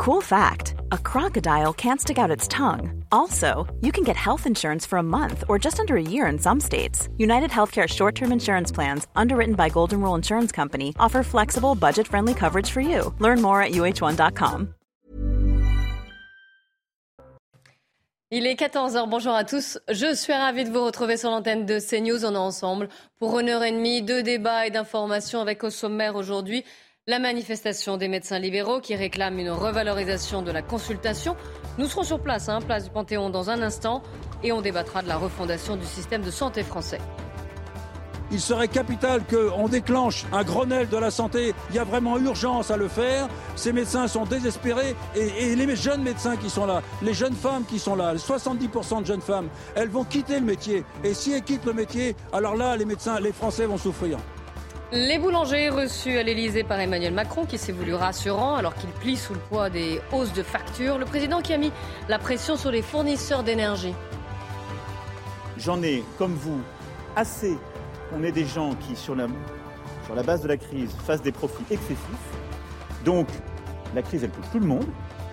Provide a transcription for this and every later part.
Cool fact, a crocodile can't stick out its tongue. Also, you can get health insurance for a month or just under a year in some states. United Healthcare short-term insurance plans, underwritten by Golden Rule Insurance Company, offer flexible, budget-friendly coverage for you. Learn more at uh1.com. Il est 14h, bonjour à tous. Je suis ravie de vous retrouver sur l'antenne de CNews. On est ensemble pour 1h30 de débats et d'informations avec au sommaire aujourd'hui la manifestation des médecins libéraux qui réclament une revalorisation de la consultation. Nous serons sur place, place du Panthéon dans un instant et on débattra de la refondation du système de santé français. Il serait capital qu'on déclenche un Grenelle de la santé. Il y a vraiment urgence à le faire. Ces médecins sont désespérés et les jeunes médecins qui sont là, les jeunes femmes qui sont là, 70% de jeunes femmes, elles vont quitter le métier. Et si elles quittent le métier, alors là, les médecins, les Français vont souffrir. Les boulangers reçus à l'Elysée par Emmanuel Macron qui s'est voulu rassurant alors qu'il plie sous le poids des hausses de factures. Le président qui a mis la pression sur les fournisseurs d'énergie. J'en ai, comme vous, assez. On est des gens qui, sur la base de la crise, fassent des profits excessifs. Donc, la crise, elle touche tout le monde.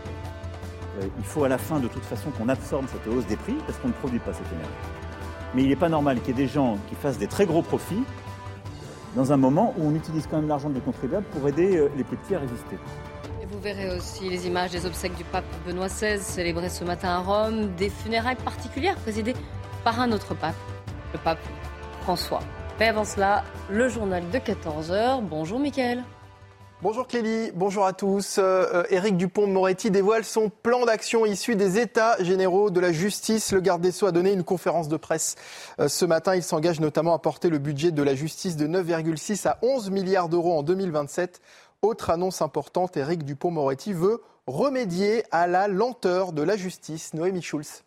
Il faut à la fin, de toute façon, qu'on absorbe cette hausse des prix parce qu'on ne produit pas cette énergie. Mais il n'est pas normal qu'il y ait des gens qui fassent des très gros profits dans un moment où on utilise quand même l'argent des contribuables pour aider les plus petits à résister. Et vous verrez aussi les images des obsèques du pape Benoît XVI célébrées ce matin à Rome, des funérailles particulières présidées par un autre pape, le pape François. Mais avant cela, le journal de 14h. Bonjour Mickaël. Bonjour Clélie, bonjour à tous. Éric Dupond-Moretti dévoile son plan d'action issu des États généraux de la justice. Le garde des Sceaux a donné une conférence de presse ce matin. Il s'engage notamment à porter le budget de la justice de 9,6 à 11 milliards d'euros en 2027. Autre annonce importante, Éric Dupond-Moretti veut remédier à la lenteur de la justice. Noémie Schulz.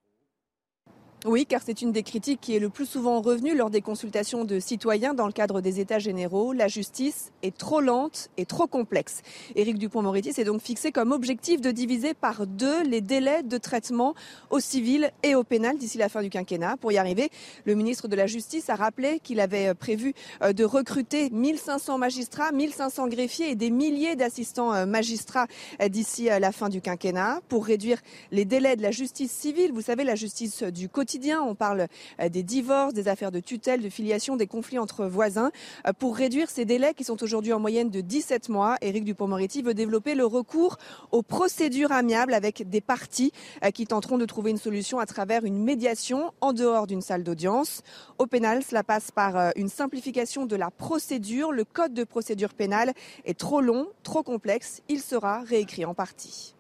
Oui, car c'est une des critiques qui est le plus souvent revenue lors des consultations de citoyens dans le cadre des États généraux. La justice est trop lente et trop complexe. Éric Dupond-Moretti s'est donc fixé comme objectif de diviser par 2 les délais de traitement au civil et au pénal d'ici la fin du quinquennat. Pour y arriver, le ministre de la Justice a rappelé qu'il avait prévu de recruter 1500 magistrats, 1500 greffiers et des milliers d'assistants magistrats d'ici la fin du quinquennat pour réduire les délais de la justice civile. Vous savez, la justice du quotidien. On parle des divorces, des affaires de tutelle, de filiation, des conflits entre voisins. Pour réduire ces délais qui sont aujourd'hui en moyenne de 17 mois, Éric Dupond-Moretti veut développer le recours aux procédures amiables avec des parties qui tenteront de trouver une solution à travers une médiation en dehors d'une salle d'audience. Au pénal, cela passe par une simplification de la procédure. Le code de procédure pénale est trop long, trop complexe. Il sera réécrit en partie.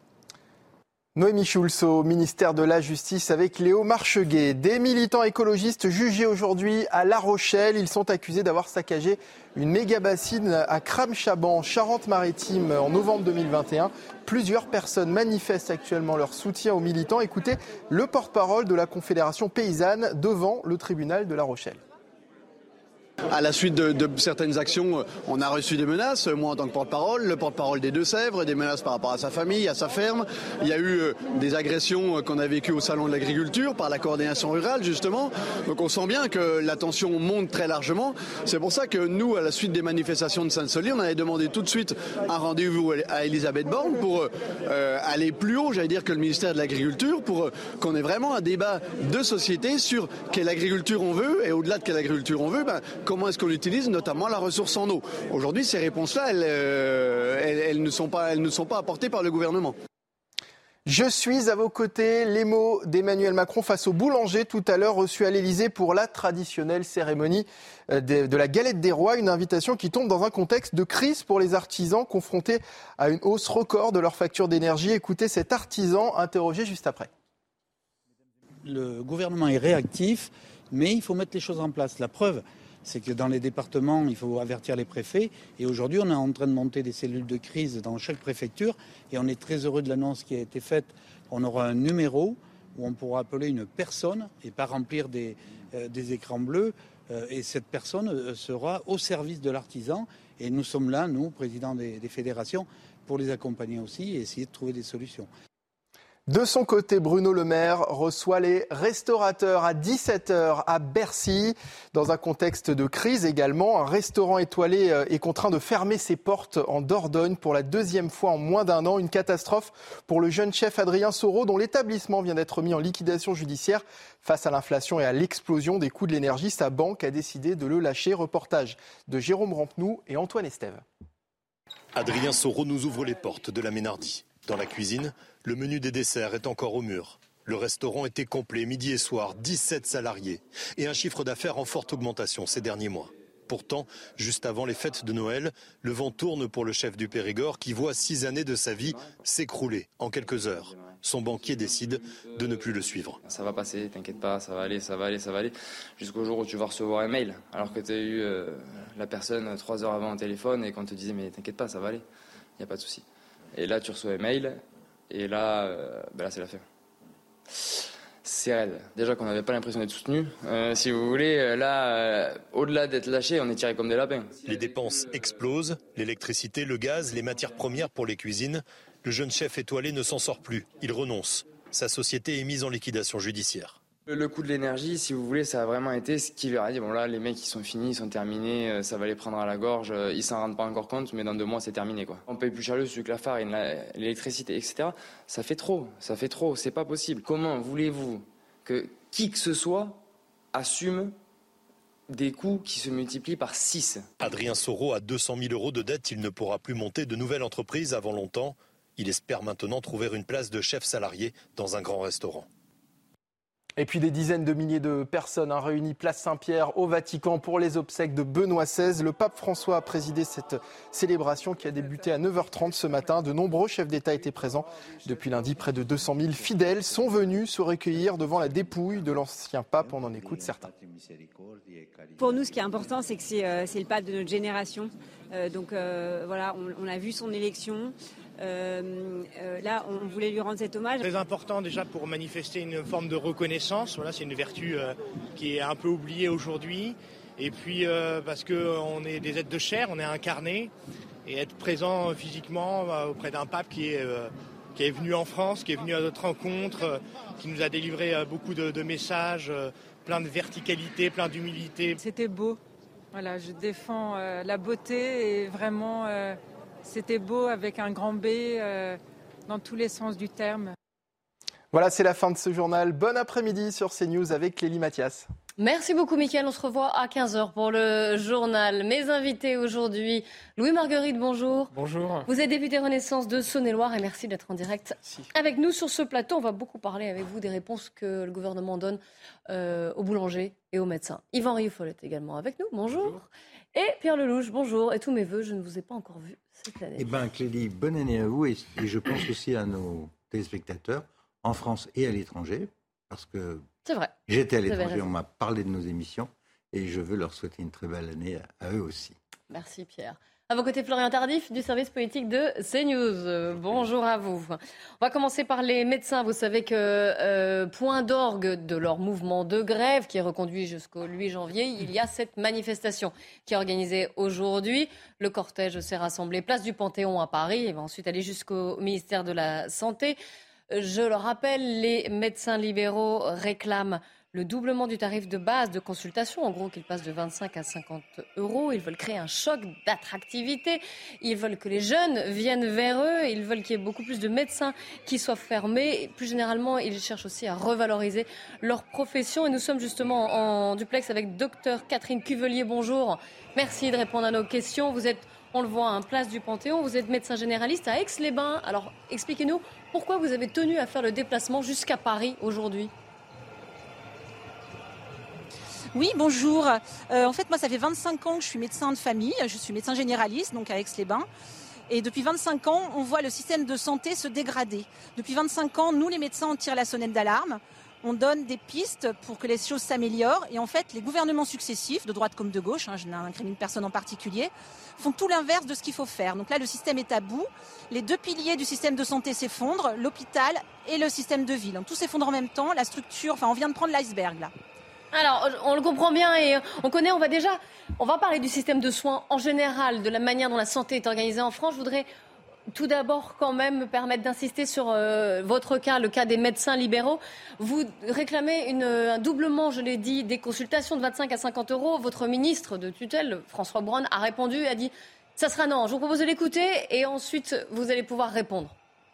Noémie Schulz au ministère de la Justice avec Léo Marcheguet. Des militants écologistes jugés aujourd'hui à La Rochelle. Ils sont accusés d'avoir saccagé une méga-bassine à Cram-Chaban, Charente-Maritime, en novembre 2021. Plusieurs personnes manifestent actuellement leur soutien aux militants. Écoutez le porte-parole de la Confédération paysanne devant le tribunal de La Rochelle. À la suite de certaines actions, on a reçu des menaces, moi en tant que porte-parole, le porte-parole des Deux-Sèvres, des menaces par rapport à sa famille, à sa ferme. Il y a eu des agressions qu'on a vécues au Salon de l'Agriculture par la coordination rurale, justement. Donc on sent bien que la tension monte très largement. C'est pour ça que nous, à la suite des manifestations de Sainte-Soline, on avait demandé tout de suite un rendez-vous à Elisabeth Borne pour aller plus haut, j'allais dire, que le ministère de l'Agriculture, pour qu'on ait vraiment un débat de société sur quelle agriculture on veut, et au-delà de quelle agriculture on veut, comment est-ce qu'on utilise notamment la ressource en eau. Aujourd'hui, ces réponses-là, elles ne sont pas apportées par le gouvernement. Je suis à vos côtés, les mots d'Emmanuel Macron face aux boulangers tout à l'heure reçus à l'Elysée pour la traditionnelle cérémonie de la galette des rois. Une invitation qui tombe dans un contexte de crise pour les artisans confrontés à une hausse record de leur facture d'énergie. Écoutez cet artisan interrogé juste après. Le gouvernement est réactif, mais il faut mettre les choses en place. La preuve, c'est que dans les départements, il faut avertir les préfets. Et aujourd'hui, on est en train de monter des cellules de crise dans chaque préfecture. Et on est très heureux de l'annonce qui a été faite. On aura un numéro où on pourra appeler une personne et pas remplir des écrans bleus. Et cette personne sera au service de l'artisan. Et nous sommes là, nous, présidents des fédérations, pour les accompagner aussi et essayer de trouver des solutions. De son côté, Bruno Le Maire reçoit les restaurateurs à 17h à Bercy. Dans un contexte de crise également, un restaurant étoilé est contraint de fermer ses portes en Dordogne pour la deuxième fois en moins d'un an. Une catastrophe pour le jeune chef Adrien Soro, dont l'établissement vient d'être mis en liquidation judiciaire. Face à l'inflation et à l'explosion des coûts de l'énergie, sa banque a décidé de le lâcher. Reportage de Jérôme Rampenou et Antoine Estève. Adrien Soro nous ouvre les portes de la Ménardie. Dans la cuisine, le menu des desserts est encore au mur. Le restaurant était complet midi et soir, 17 salariés et un chiffre d'affaires en forte augmentation ces derniers mois. Pourtant, juste avant les fêtes de Noël, le vent tourne pour le chef du Périgord qui voit 6 années de sa vie s'écrouler en quelques heures. Son banquier décide de ne plus le suivre. Ça va passer, t'inquiète pas, ça va aller, jusqu'au jour où tu vas recevoir un mail, alors que tu as eu la personne 3 heures avant au téléphone et qu'on te disait mais t'inquiète pas, ça va aller, il n'y a pas de souci. Et là, tu reçois un mail, et là, là c'est la fin. C'est raide. Déjà qu'on n'avait pas l'impression d'être soutenu. Si vous voulez, là, au-delà d'être lâché, on est tiré comme des lapins. Les dépenses explosent, l'électricité, le gaz, les matières premières pour les cuisines. Le jeune chef étoilé ne s'en sort plus, il renonce. Sa société est mise en liquidation judiciaire. Le coût de l'énergie, si vous voulez, ça a vraiment été ce qui leur a dit, bon là, les mecs, ils sont finis, ils sont terminés, ça va les prendre à la gorge, ils s'en rendent pas encore compte, mais dans 2 mois, c'est terminé, quoi. On paye plus cher le sucre, la farine, l'électricité, etc. Ça fait trop, c'est pas possible. Comment voulez-vous que qui que ce soit assume des coûts qui se multiplient par 6 ? Adrien Soro a 200 000 € de dette, il ne pourra plus monter de nouvelles entreprises avant longtemps. Il espère maintenant trouver une place de chef salarié dans un grand restaurant. Et puis des dizaines de milliers de personnes réunies place Saint-Pierre au Vatican pour les obsèques de Benoît XVI. Le pape François a présidé cette célébration qui a débuté à 9h30 ce matin. De nombreux chefs d'État étaient présents. Depuis lundi, près de 200 000 fidèles sont venus se recueillir devant la dépouille de l'ancien pape. On en écoute certains. Pour nous, ce qui est important, c'est que c'est le pape de notre génération. Voilà, on a vu son élection. Là, on voulait lui rendre cet hommage. Très important déjà pour manifester une forme de reconnaissance. Voilà, c'est une vertu qui est un peu oubliée aujourd'hui. Et puis parce qu'on est des êtres de chair, on est incarnés. Et être présent physiquement auprès d'un pape qui est venu en France, qui est venu à notre rencontre, qui nous a délivré beaucoup de messages, plein de verticalité, plein d'humilité. C'était beau. Voilà, je défends la beauté et vraiment... C'était beau avec un grand B dans tous les sens du terme. Voilà, c'est la fin de ce journal. Bon après-midi sur CNews avec Lélie Mathias. Merci beaucoup, Mickaël. On se revoit à 15h pour le journal. Mes invités aujourd'hui, Louis Marguerite, bonjour. Bonjour. Vous êtes député Renaissance de Saône-et-Loire et merci d'être en direct avec nous sur ce plateau. On va beaucoup parler avec vous des réponses que le gouvernement donne aux boulangers et aux médecins. Yvan Follette également avec nous. Bonjour. Et Pierre Lelouch, bonjour. Et tous mes vœux, je ne vous ai pas encore vu cette année. Eh bien, Clélie, bonne année à vous et je pense aussi à nos téléspectateurs en France et à l'étranger parce que c'est vrai. J'étais à l'étranger, on m'a parlé de nos émissions et je veux leur souhaiter une très belle année à eux aussi. Merci Pierre. À vos côtés, Florian Tardif du service politique de CNews. Bonjour à vous. On va commencer par les médecins. Vous savez que point d'orgue de leur mouvement de grève qui est reconduit jusqu'au 8 janvier, il y a cette manifestation qui est organisée aujourd'hui. Le cortège s'est rassemblé place du Panthéon à Paris et va ensuite aller jusqu'au ministère de la Santé. Je le rappelle, les médecins libéraux réclament le doublement du tarif de base de consultation, en gros qu'il passe de 25 à 50 €. Ils veulent créer un choc d'attractivité. Ils veulent que les jeunes viennent vers eux. Ils veulent qu'il y ait beaucoup plus de médecins qui soient formés. Et plus généralement, ils cherchent aussi à revaloriser leur profession. Et nous sommes justement en duplex avec Dr Catherine Cuvelier. Bonjour. Merci de répondre à nos questions. Vous êtes, on le voit, place du Panthéon. Vous êtes médecin généraliste à Aix-les-Bains. Alors, expliquez-nous pourquoi vous avez tenu à faire le déplacement jusqu'à Paris aujourd'hui. Oui, bonjour. En fait, moi, ça fait 25 ans que je suis médecin de famille. Je suis médecin généraliste, donc à Aix-les-Bains. Et depuis 25 ans, on voit le système de santé se dégrader. Depuis 25 ans, nous, les médecins, on tire la sonnette d'alarme. On donne des pistes pour que les choses s'améliorent. Et en fait, les gouvernements successifs, de droite comme de gauche, je n'incrimine personne en particulier, font tout l'inverse de ce qu'il faut faire. Donc là, le système est à bout. Les 2 piliers du système de santé s'effondrent, l'hôpital et le système de ville. Donc, tout s'effondre en même temps. La structure, on vient de prendre l'iceberg, là. Alors, on le comprend bien et on connaît, on va parler du système de soins en général, de la manière dont la santé est organisée en France. Je voudrais tout d'abord quand même me permettre d'insister sur votre cas, le cas des médecins libéraux. Vous réclamez un doublement, je l'ai dit, des consultations de 25 à 50 euros. Votre ministre de tutelle, François Braun, a répondu et a dit « ça sera non ». Je vous propose de l'écouter et ensuite vous allez pouvoir répondre.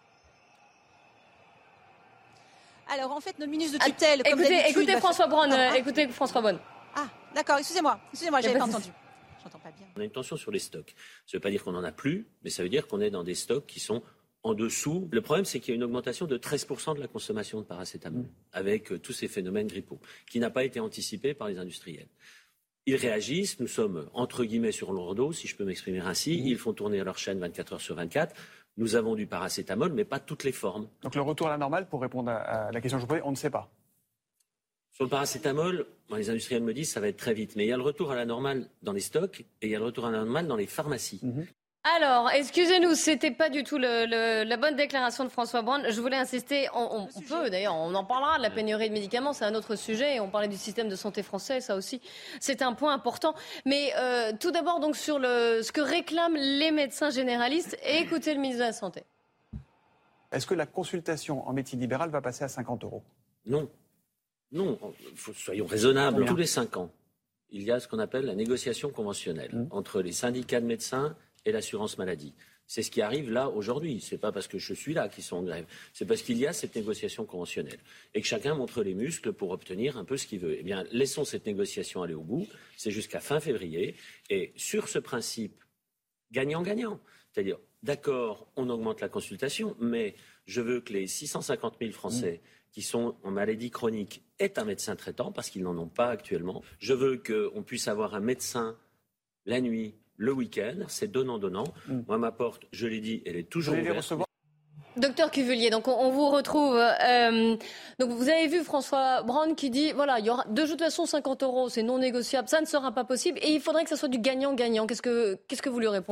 Alors en fait, notre ministre de tutelle, comme d'habitude... Écoutez François Braun, écoutez François Braun. Ah, d'accord, excusez-moi, j'avais pas entendu. J'entends pas bien. On a une tension sur les stocks. Ça ne veut pas dire qu'on n'en a plus, mais ça veut dire qu'on est dans des stocks qui sont en dessous. Le problème, c'est qu'il y a une augmentation de 13% de la consommation de paracétamol, avec tous ces phénomènes grippaux, qui n'a pas été anticipé par les industriels. Ils réagissent, nous sommes entre guillemets sur leur dos, si je peux m'exprimer ainsi. Ils font tourner leur chaîne 24 heures sur 24. Nous avons du paracétamol, mais pas toutes les formes. Donc le retour à la normale, pour répondre à la question que je vous posais, on ne sait pas. Sur le paracétamol, les industriels me disent que ça va être très vite. Mais il y a le retour à la normale dans les stocks et il y a le retour à la normale dans les pharmacies. Alors, excusez-nous, c'était pas du tout la bonne déclaration de François Braun. Je voulais insister, on peut d'ailleurs, on en parlera de la pénurie de médicaments, c'est un autre sujet. On parlait du système de santé français, ça aussi, c'est un point important. Mais tout d'abord, donc sur ce que réclament les médecins généralistes, et écoutez le ministre de la Santé. Est-ce que la consultation en médecine libérale va passer à 50 euros ? Non. Non, soyons raisonnables. Tous les 5 ans, il y a ce qu'on appelle la négociation conventionnelle entre les syndicats de médecins et l'assurance maladie. C'est ce qui arrive là aujourd'hui. Ce n'est pas parce que je suis là qu'ils sont en grève. C'est parce qu'il y a cette négociation conventionnelle et que chacun montre les muscles pour obtenir un peu ce qu'il veut. Eh bien, laissons cette négociation aller au bout. C'est jusqu'à fin février. Et sur ce principe, gagnant-gagnant. C'est-à-dire, d'accord, on augmente la consultation, mais je veux que les 650 000 Français qui sont en maladie chronique aient un médecin traitant, parce qu'ils n'en ont pas actuellement. Je veux qu'on puisse avoir un médecin la nuit, le week-end, c'est donnant-donnant. Moi, ma porte, je l'ai dit, elle est toujours ouverte. Docteur Cuvillier, donc on vous retrouve. Donc vous avez vu François Braun qui dit, voilà, il y aura de toute façon 50 euros, c'est non négociable, ça ne sera pas possible, et il faudrait que ça soit du gagnant-gagnant. Qu'est-ce que vous lui répondez ?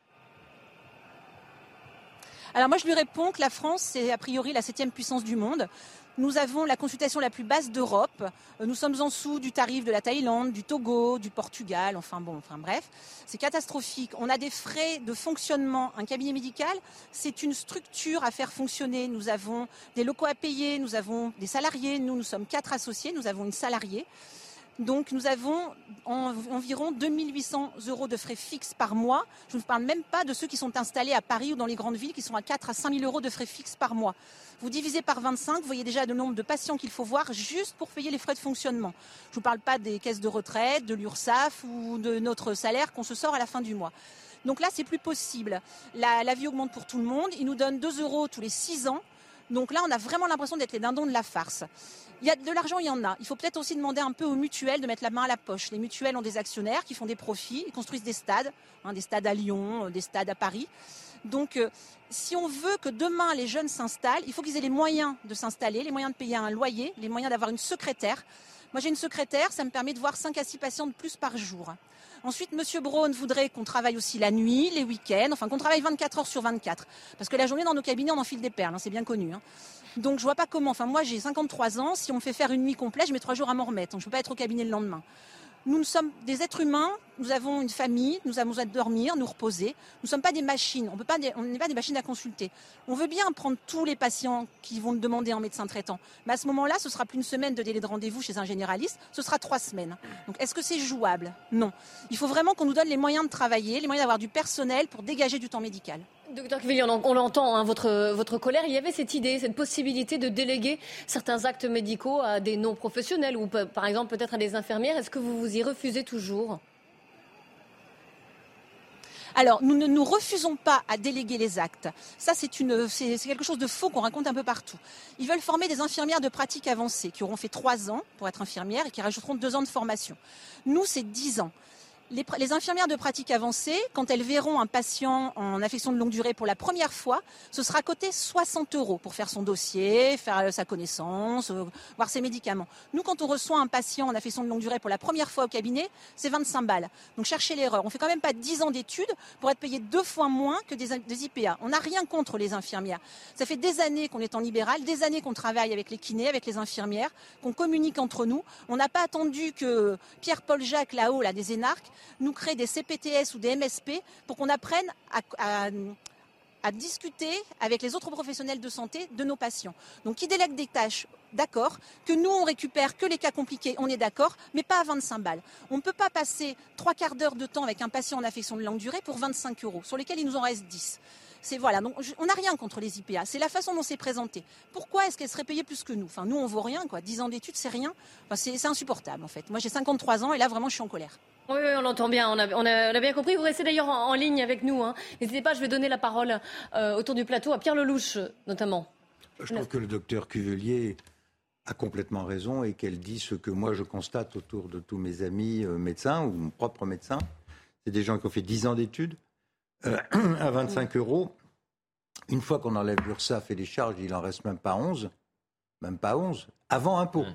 Alors moi je lui réponds que la France c'est a priori la 7e puissance du monde. Nous avons la consultation la plus basse d'Europe. Nous sommes en dessous du tarif de la Thaïlande, du Togo, du Portugal, enfin bref. C'est catastrophique. On a des frais de fonctionnement. Un cabinet médical, c'est une structure à faire fonctionner. Nous avons des locaux à payer, nous avons des salariés. Nous sommes 4 associés, nous avons une salariée. Donc nous avons environ 2 800 € de frais fixes par mois. Je ne vous parle même pas de ceux qui sont installés à Paris ou dans les grandes villes qui sont à 4 à 5 000 € de frais fixes par mois. Vous divisez par 25, vous voyez déjà le nombre de patients qu'il faut voir juste pour payer les frais de fonctionnement. Je ne vous parle pas des caisses de retraite, de l'URSSAF ou de notre salaire qu'on se sort à la fin du mois. Donc là, c'est plus possible. La vie augmente pour tout le monde. Ils nous donnent 2 € tous les 6 ans. Donc là, on a vraiment l'impression d'être les dindons de la farce. Il y a de l'argent, il y en a. Il faut peut-être aussi demander un peu aux mutuelles de mettre la main à la poche. Les mutuelles ont des actionnaires qui font des profits, ils construisent des stades à Lyon, des stades à Paris. Donc, si on veut que demain les jeunes s'installent, il faut qu'ils aient les moyens de s'installer, les moyens de payer un loyer, les moyens d'avoir une secrétaire. Moi, j'ai une secrétaire, ça me permet de voir 5 à 6 patients de plus par jour. Ensuite, M. Braun voudrait qu'on travaille aussi la nuit, les week-ends, enfin qu'on travaille 24 heures sur 24. Parce que la journée, dans nos cabinets, on enfile des perles, c'est bien connu. Donc, je vois pas comment. Enfin, moi, j'ai 53 ans. Si on me fait faire une nuit complète, je mets 3 jours à m'en remettre. Donc, je ne peux pas être au cabinet le lendemain. Nous sommes des êtres humains, nous avons une famille, nous avons besoin de dormir, nous reposer. Nous ne sommes pas des machines, on n'est pas des machines à consulter. On veut bien prendre tous les patients qui vont le demander en médecin traitant. Mais à ce moment-là, ce sera plus une semaine de délai de rendez-vous chez un généraliste, ce sera 3 semaines. Donc est-ce que c'est jouable ? Non. Il faut vraiment qu'on nous donne les moyens de travailler, les moyens d'avoir du personnel pour dégager du temps médical. Docteur Cuvillier, on l'entend, votre colère. Il y avait cette idée, cette possibilité de déléguer certains actes médicaux à des non-professionnels ou par exemple peut-être à des infirmières. Est-ce que vous vous y refusez toujours ? Alors, nous ne nous refusons pas à déléguer les actes. Ça, c'est quelque chose de faux qu'on raconte un peu partout. Ils veulent former des infirmières de pratique avancée qui auront fait 3 ans pour être infirmières et qui rajouteront 2 ans de formation. Nous, c'est 10 ans. Les infirmières de pratique avancée, quand elles verront un patient en affection de longue durée pour la première fois, ce sera coté 60 € pour faire son dossier, faire sa connaissance, voir ses médicaments. Nous, quand on reçoit un patient en affection de longue durée pour la première fois au cabinet, c'est 25 balles. Donc cherchez l'erreur. On ne fait quand même pas 10 ans d'études pour être payé 2 fois moins que des IPA. On n'a rien contre les infirmières. Ça fait des années qu'on est en libéral, des années qu'on travaille avec les kinés, avec les infirmières, qu'on communique entre nous. On n'a pas attendu que Pierre-Paul Jacques, là-haut, des énarques, nous crée des CPTS ou des MSP pour qu'on apprenne à discuter avec les autres professionnels de santé de nos patients. Donc qui délèguent des tâches, d'accord, que nous on récupère que les cas compliqués, on est d'accord, mais pas à 25 balles. On ne peut pas passer 3/4 d'heure de temps avec un patient en affection de longue durée pour 25 €, sur lesquels il nous en reste 10. Voilà, donc on n'a rien contre les IPA, c'est la façon dont c'est présenté. Pourquoi est-ce qu'elles seraient payées plus que nous ? Enfin, nous on vaut rien, quoi. 10 ans d'études, c'est rien. Enfin, c'est insupportable en fait. Moi j'ai 53 ans et là vraiment je suis en colère. Oui, on l'entend bien, on a bien compris. Vous restez d'ailleurs en ligne avec nous. N'hésitez pas, je vais donner la parole autour du plateau à Pierre Lelouch notamment. Je trouve que le docteur Cuvelier a complètement raison et qu'elle dit ce que moi je constate autour de tous mes amis médecins ou mon propre médecin. C'est des gens qui ont fait 10 ans d'études. À 25 €, une fois qu'on enlève l'URSSAF et les charges, il n'en reste même pas 11, avant impôt.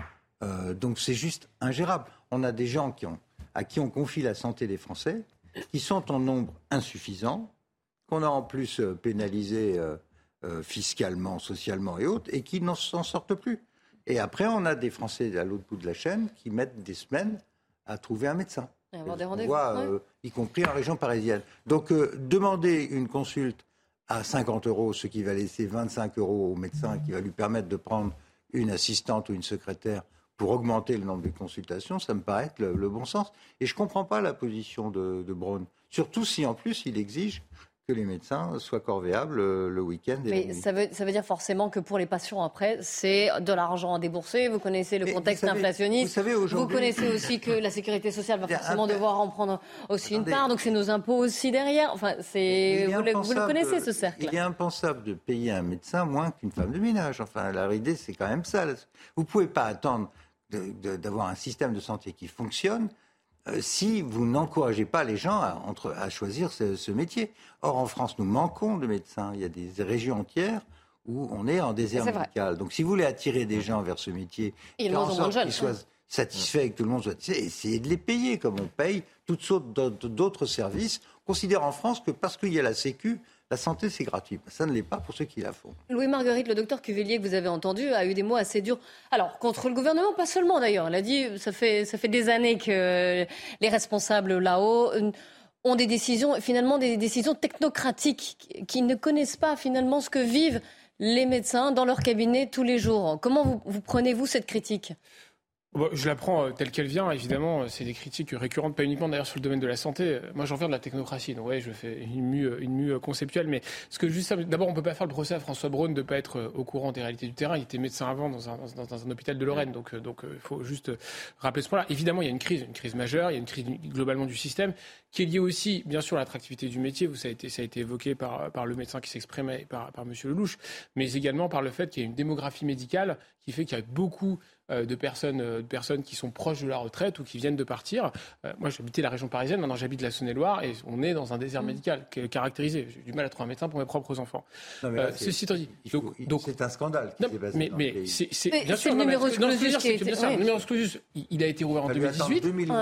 Donc c'est juste ingérable. On a des gens à qui on confie la santé des Français, qui sont en nombre insuffisant, qu'on a en plus pénalisés fiscalement, socialement et autres, et qui n'en s'en sortent plus. Et après, on a des Français à l'autre bout de la chaîne qui mettent des semaines à trouver un médecin. Avoir des rendez-vous. Y compris en région parisienne. Donc, demander une consulte à 50 €, ce qui va laisser 25 € au médecin, qui va lui permettre de prendre une assistante ou une secrétaire pour augmenter le nombre de consultations, ça me paraît être le bon sens. Et je ne comprends pas la position de Braun. Surtout si, en plus, il exige que les médecins soient corvéables le week-end. Mais ça veut dire forcément que pour les patients, après, c'est de l'argent à débourser. Vous connaissez le contexte inflationniste. Vous connaissez aussi que la sécurité sociale va forcément devoir en prendre aussi une part. Donc c'est nos impôts aussi derrière. Enfin, vous le connaissez, ce cercle. Il est impensable de payer un médecin moins qu'une femme de ménage. Enfin, la idée, c'est quand même ça. Vous ne pouvez pas attendre d'avoir un système de santé qui fonctionne si vous n'encouragez pas les gens à choisir ce métier. Or, en France, nous manquons de médecins. Il y a des régions entières où on est en désert médical. Donc, si vous voulez attirer des gens vers ce métier, faire en sorte qu'ils soient satisfaits et que tout le monde soit satisfait, essayez de les payer comme on paye toutes sortes d'autres services. On considère en France que parce qu'il y a la Sécu, la santé, c'est gratuit. Ça ne l'est pas pour ceux qui la font. Louis Marguerite, le docteur Cuvelier que vous avez entendu, a eu des mots assez durs. Alors, contre le gouvernement, pas seulement d'ailleurs. Il a dit, ça fait des années que les responsables là-haut ont des décisions, finalement des décisions technocratiques, qui ne connaissent pas finalement ce que vivent les médecins dans leur cabinet tous les jours. Comment vous prenez-vous cette critique ? Je la prends telle qu'elle vient, évidemment, c'est des critiques récurrentes, pas uniquement d'ailleurs sur le domaine de la santé. Moi, j'en viens de la technocratie, donc je fais une mue conceptuelle, mais d'abord, on ne peut pas faire le procès à François Braun de ne pas être au courant des réalités du terrain. Il était médecin avant dans un hôpital de Lorraine, donc il faut juste rappeler ce point-là. Évidemment, il y a une crise majeure, il y a une crise globalement du système, qui est liée aussi, bien sûr, à l'attractivité du métier. Ça a été évoqué par le médecin qui s'exprimait et par M. Lelouch, mais également par le fait qu'il y a une démographie médicale qui fait qu'il y a beaucoup de personnes qui sont proches de la retraite ou qui viennent de partir. Moi, j'habitais la région parisienne, maintenant j'habite la Saône-et-Loire et on est dans un désert médical caractérisé. J'ai du mal à trouver un médecin pour mes propres enfants. Ceci étant dit, c'est un scandale qui s'est passé. Mais c'est bien sûr. Le numerus clausus, il a été rouvert en 2018.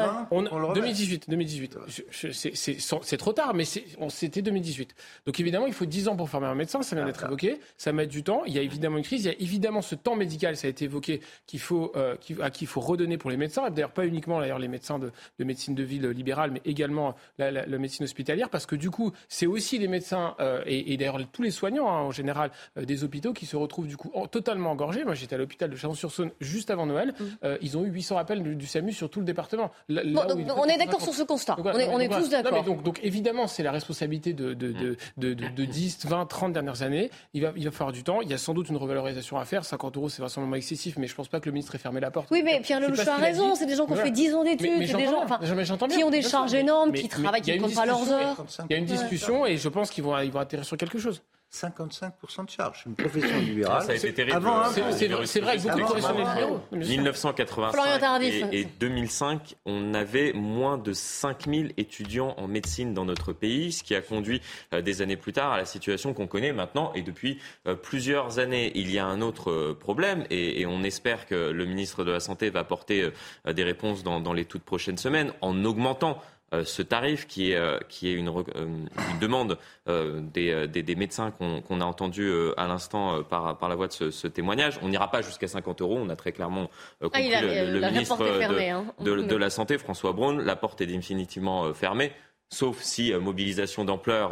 2018. C'est trop tard, mais c'était 2018. Donc évidemment, il faut 10 ans pour former un médecin, ça vient d'être évoqué. Ça met du temps. Il y a évidemment une crise. Il y a évidemment ce temps médical, ça a été évoqué, à qui il faut redonner pour les médecins, et d'ailleurs pas uniquement les médecins de médecine de ville libérale, mais également la médecine hospitalière, parce que du coup, c'est aussi les médecins et d'ailleurs tous les soignants en général des hôpitaux qui se retrouvent du coup totalement engorgés. Moi, j'étais à l'hôpital de Chalon-sur-Saône juste avant Noël. Ils ont eu 800 appels du SAMU sur tout le département. On est d'accord sur ce constat. On est tous d'accord. Donc évidemment, c'est la responsabilité de 10, 20, 30 dernières années. Il va falloir du temps. Il y a sans doute une revalorisation à faire. 50 €, c'est vraisemblablement excessif, mais je pense pas que le ministre ait fermé la porte. Oui, mais Pierre Lelouch a raison. C'est des gens qui ont fait 10 ans d'études. C'est des gens qui ont des charges énormes, qui travaillent, qui ne comptent pas leurs heures. Il y a une discussion et je pense qu'ils vont atterrir sur quelque chose. 55% de charge, une profession libérale. Ça a été terrible. C'est vrai que beaucoup de professionnels libéraux. 1985 et 2005, on avait moins de 5000 étudiants en médecine dans notre pays, ce qui a conduit des années plus tard à la situation qu'on connaît maintenant et depuis plusieurs années. Il y a un autre problème et on espère que le ministre de la Santé va apporter des réponses dans les toutes prochaines semaines en augmentant ce tarif qui est une demande des médecins qu'on a entendu à l'instant par la voix de ce témoignage. On n'ira pas jusqu'à 50 €. On a très clairement compris le ministre de la Santé, François Braun. La porte est définitivement fermée, sauf si mobilisation d'ampleur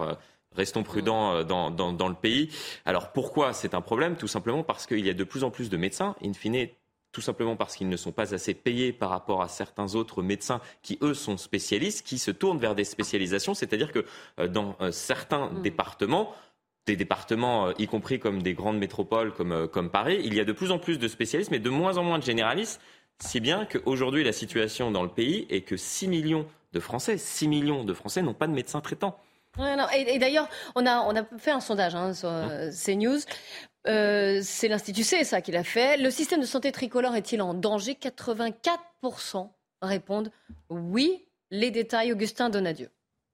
Restons prudents dans le pays. Alors pourquoi c'est un problème ? Tout simplement parce qu'il y a de plus en plus de médecins, in fine, tout simplement parce qu'ils ne sont pas assez payés par rapport à certains autres médecins qui, eux, sont spécialistes, qui se tournent vers des spécialisations. C'est-à-dire que dans certains départements, des départements, y compris comme des grandes métropoles comme Paris, il y a de plus en plus de spécialistes, mais de moins en moins de généralistes, si bien qu'aujourd'hui, la situation dans le pays est que 6 millions de Français n'ont pas de médecin traitant. Ouais, non, et d'ailleurs, on a fait un sondage sur CNews. C'est l'Institut CSA qui l'a fait. Le système de santé tricolore est-il en danger ? 84% répondent oui. Les détails, Augustin Donadieu.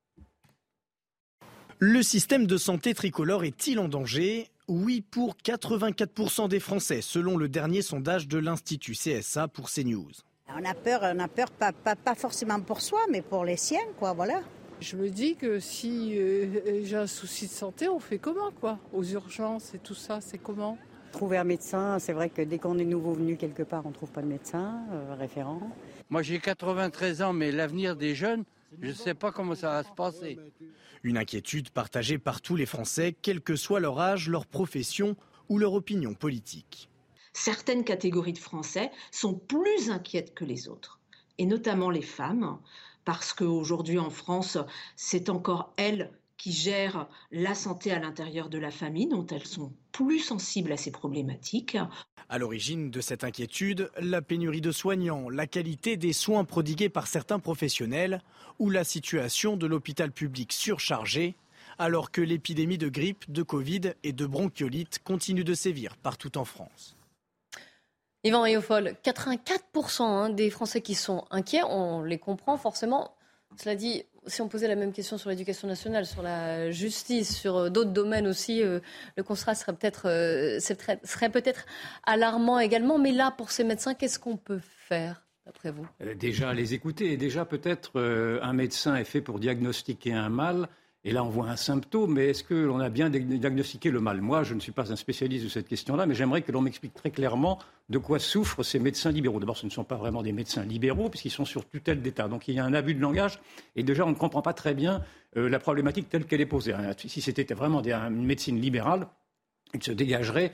Le système de santé tricolore est-il en danger ? Oui pour 84% des Français, selon le dernier sondage de l'Institut CSA pour CNews. On a peur pas forcément pour soi, mais pour les siens, quoi, voilà. Je me dis que si j'ai un souci de santé, on fait comment, quoi ? Aux urgences et tout ça, c'est comment ? Trouver un médecin, c'est vrai que dès qu'on est nouveau venu quelque part, on ne trouve pas de médecin référent. Moi j'ai 93 ans, mais l'avenir des jeunes, je ne sais pas comment ça va se passer. Une inquiétude partagée par tous les Français, quel que soit leur âge, leur profession ou leur opinion politique. Certaines catégories de Français sont plus inquiètes que les autres, et notamment les femmes, parce qu'aujourd'hui en France, c'est encore elles qui gèrent la santé à l'intérieur de la famille, dont elles sont plus sensibles à ces problématiques. À l'origine de cette inquiétude, la pénurie de soignants, la qualité des soins prodigués par certains professionnels ou la situation de l'hôpital public surchargé, alors que l'épidémie de grippe, de Covid et de bronchiolite continue de sévir partout en France. Yvan Rioufol, 84% des Français qui sont inquiets, on les comprend forcément. Cela dit, si on posait la même question sur l'éducation nationale, sur la justice, sur d'autres domaines aussi, le constat serait peut-être alarmant également. Mais là, pour ces médecins, qu'est-ce qu'on peut faire, d'après vous ? Déjà, les écouter. Et déjà, peut-être, un médecin est fait pour diagnostiquer un mal. Et là, on voit un symptôme, mais est-ce qu'on a bien diagnostiqué le mal ? Moi, je ne suis pas un spécialiste de cette question-là, mais j'aimerais que l'on m'explique très clairement de quoi souffrent ces médecins libéraux. D'abord, ce ne sont pas vraiment des médecins libéraux, puisqu'ils sont sur tutelle d'État. Donc, il y a un abus de langage, et déjà, on ne comprend pas très bien la problématique telle qu'elle est posée. Si c'était vraiment une médecine libérale, il se dégagerait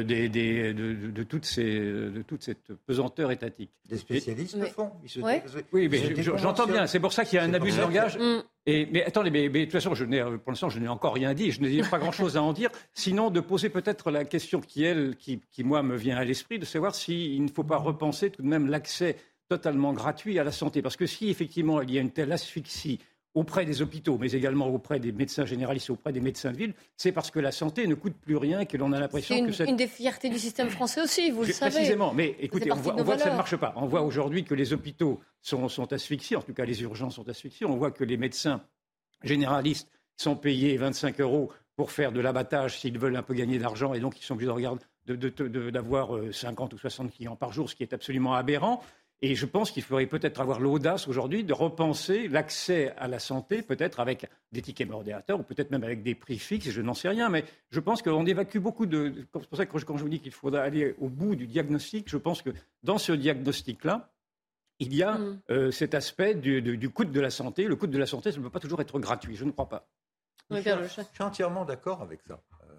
de toute cette pesanteur étatique. Des spécialistes le font. Oui, mais j'entends bien. C'est pour ça qu'il y a un abus de langage. Mais attendez, mais de toute façon, pour l'instant, je n'ai encore rien dit. Je n'ai pas grand-chose à en dire. Sinon, de poser peut-être la question qui moi, me vient à l'esprit, de savoir s'il ne faut pas repenser tout de même l'accès totalement gratuit à la santé. Parce que si, effectivement, il y a une telle asphyxie auprès des hôpitaux, mais également auprès des médecins généralistes, auprès des médecins de ville, c'est parce que la santé ne coûte plus rien et que l'on a l'impression que c'est une des fiertés du système français aussi, vous le savez. Précisément, mais écoutez, on voit que ça ne marche pas. On voit aujourd'hui que les hôpitaux sont asphyxiés, en tout cas les urgences sont asphyxiées. On voit que les médecins généralistes sont payés 25 € pour faire de l'abattage s'ils veulent un peu gagner d'argent, et donc ils sont obligés d'avoir 50 ou 60 clients par jour, ce qui est absolument aberrant. Et je pense qu'il faudrait peut-être avoir l'audace aujourd'hui de repenser l'accès à la santé, peut-être avec des tickets modérateurs ou peut-être même avec des prix fixes, je n'en sais rien. Mais je pense qu'on évacue beaucoup de... C'est pour ça que quand je vous dis qu'il faudra aller au bout du diagnostic, je pense que dans ce diagnostic-là, il y a cet aspect du coût de la santé. Le coût de la santé, ça ne peut pas toujours être gratuit, je ne crois pas. Je suis entièrement d'accord avec ça.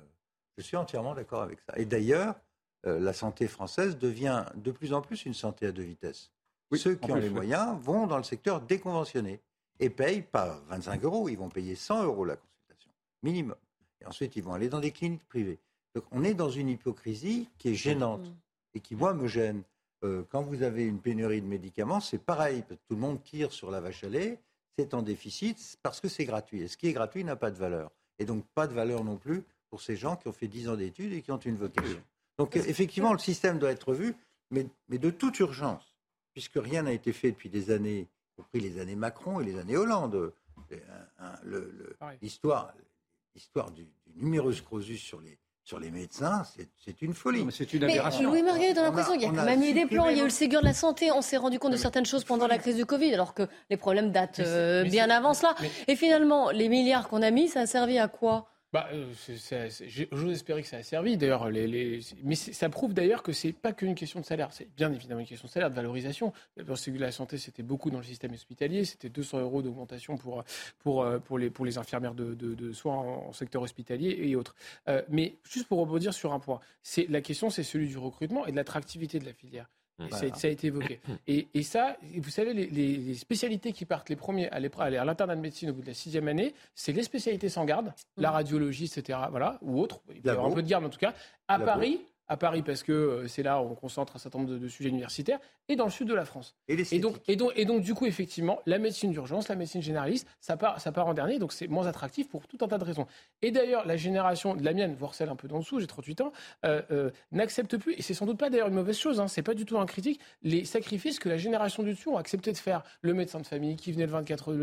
Et d'ailleurs, la santé française devient de plus en plus une santé à deux vitesses. Oui, ceux qui ont les moyens vont dans le secteur déconventionné et payent pas 25 €, ils vont payer 100 € la consultation, minimum. Et ensuite, ils vont aller dans des cliniques privées. Donc, on est dans une hypocrisie qui est gênante et qui, moi, me gêne. Quand vous avez une pénurie de médicaments, c'est pareil. Tout le monde tire sur la vache à lait, c'est en déficit parce que c'est gratuit. Et ce qui est gratuit n'a pas de valeur. Et donc, pas de valeur non plus pour ces gens qui ont fait 10 ans d'études et qui ont une vocation. Donc, effectivement, le système doit être revu, mais de toute urgence, puisque rien n'a été fait depuis des années, y compris les années Macron et les années Hollande. L'histoire du numerus clausus sur les médecins, c'est une folie. C'est une aberration. Louis Marguerite, on a l'impression qu'il y a quand même eu des plans. Il y a eu le Ségur de la santé. On s'est rendu compte de certaines choses pendant la crise du Covid, alors que les problèmes datent bien avant cela. Et finalement, les milliards qu'on a mis, ça a servi à quoi ? J'ose espérer que ça a servi. D'ailleurs, mais ça prouve d'ailleurs que c'est pas qu'une question de salaire. C'est bien évidemment une question de salaire, de valorisation. La santé, c'était beaucoup dans le système hospitalier. C'était 200 € d'augmentation pour les infirmières de soins en secteur hospitalier et autres. Mais juste pour rebondir sur un point, la question, c'est celui du recrutement et de l'attractivité de la filière. Ça a été évoqué. Et ça, vous savez, les spécialités qui partent les premiers à l'internat de médecine au bout de la 6e année, c'est les spécialités sans garde, la radiologie, etc., voilà, ou autres. Il peut y avoir un peu de garde, en tout cas. À Paris, parce que c'est là où on concentre un certain nombre de sujets universitaires, et dans le sud de la France. Et donc, du coup, effectivement, la médecine d'urgence, la médecine généraliste, ça part en dernier, donc c'est moins attractif pour tout un tas de raisons. Et d'ailleurs, la génération de la mienne, voire celle un peu d'en dessous, j'ai 38 ans, n'accepte plus, et c'est sans doute pas d'ailleurs une mauvaise chose, c'est pas du tout un critique, les sacrifices que la génération du dessus ont accepté de faire. Le médecin de famille qui venait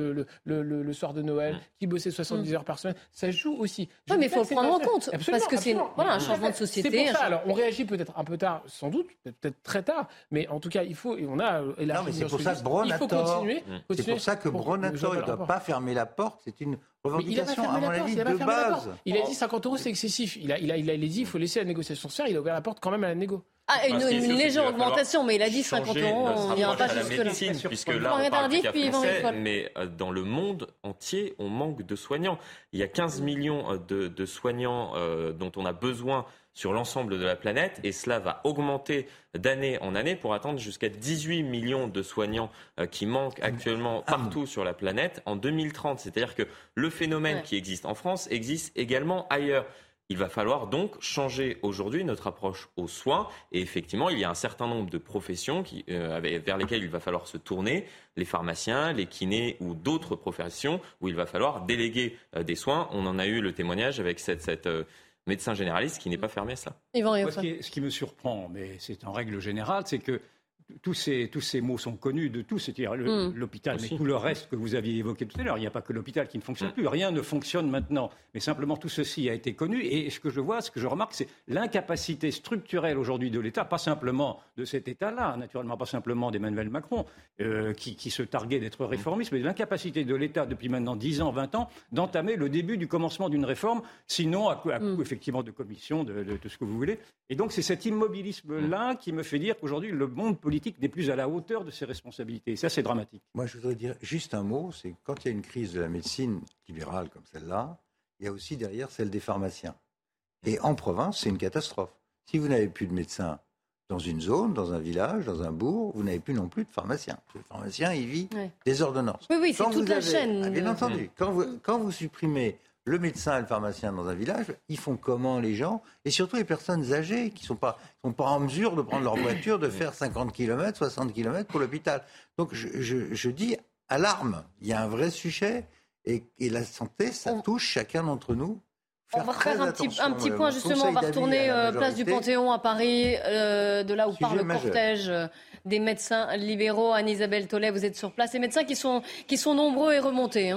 le soir de Noël, qui bossait 70 heures par semaine, ça joue aussi. Oui, mais il faut le prendre en compte, parce que c'est un changement de société. C'est pour ça, alors on réagit peut-être un peu tard, sans doute, peut-être très tard, mais en tout cas, il faut, et on a non, mais c'est pour ça que Braun a tort. C'est pour ça que Braun a tort. Il ne doit pas fermer la porte. C'est une revendication, à mon avis, de base. Il a dit 50 € c'est excessif. Il a dit il faut laisser la négociation se faire. Il a ouvert la porte quand même à la négo. Une légère augmentation, mais il a dit 50 €, on n'ira pas jusque-là. Puisque là, on parle du cas français, mais dans le monde entier, on manque de soignants. Il y a 15 millions de soignants dont on a besoin sur l'ensemble de la planète, et cela va augmenter d'année en année pour atteindre jusqu'à 18 millions de soignants qui manquent actuellement partout sur la planète en 2030. C'est-à-dire que le phénomène qui existe en France existe également ailleurs. Il va falloir donc changer aujourd'hui notre approche aux soins. Et effectivement, il y a un certain nombre de professions vers lesquelles il va falloir se tourner. Les pharmaciens, les kinés ou d'autres professions où il va falloir déléguer des soins. On en a eu le témoignage avec cette médecin généraliste qui n'est pas fermé à ça. Ce qui me surprend, mais c'est en règle générale, c'est que tous ces mots sont connus de tous, c'est-à-dire l'hôpital, mais tout le reste que vous aviez évoqué tout à l'heure. Il n'y a pas que l'hôpital qui ne fonctionne plus. Rien ne fonctionne maintenant. Mais simplement, tout ceci a été connu. Et ce que je remarque, c'est l'incapacité structurelle aujourd'hui de l'État, pas simplement de cet État-là, naturellement pas simplement d'Emmanuel Macron, qui se targuait d'être réformiste, mais l'incapacité de l'État, depuis maintenant 10 ans, 20 ans, d'entamer le début du commencement d'une réforme, sinon à coup effectivement de commission, de ce que vous voulez. Et donc, c'est cet immobilisme-là qui me fait dire qu'aujourd'hui, le monde politique n'est plus à la hauteur de ses responsabilités. Et ça, c'est dramatique. Moi, je voudrais dire juste un mot, c'est que quand il y a une crise de la médecine libérale comme celle-là, il y a aussi derrière celle des pharmaciens. Et en province, c'est une catastrophe. Si vous n'avez plus de médecins dans une zone, dans un village, dans un bourg, vous n'avez plus non plus de pharmaciens. Le pharmacien, il vit des ordonnances. Oui, c'est toute la chaîne. Bien entendu. Quand vous supprimez le médecin et le pharmacien dans un village, ils font comment les gens? Et surtout les personnes âgées qui ne sont pas en mesure de prendre leur voiture, de faire 50 km, 60 km pour l'hôpital. Donc je dis alarme, il y a un vrai sujet et la santé, ça touche chacun d'entre nous. On va faire un petit point justement, on va retourner place du Panthéon à Paris, de là où part le cortège des médecins libéraux. Anne-Isabelle Tollet, vous êtes sur place. Les médecins qui sont nombreux et remontés.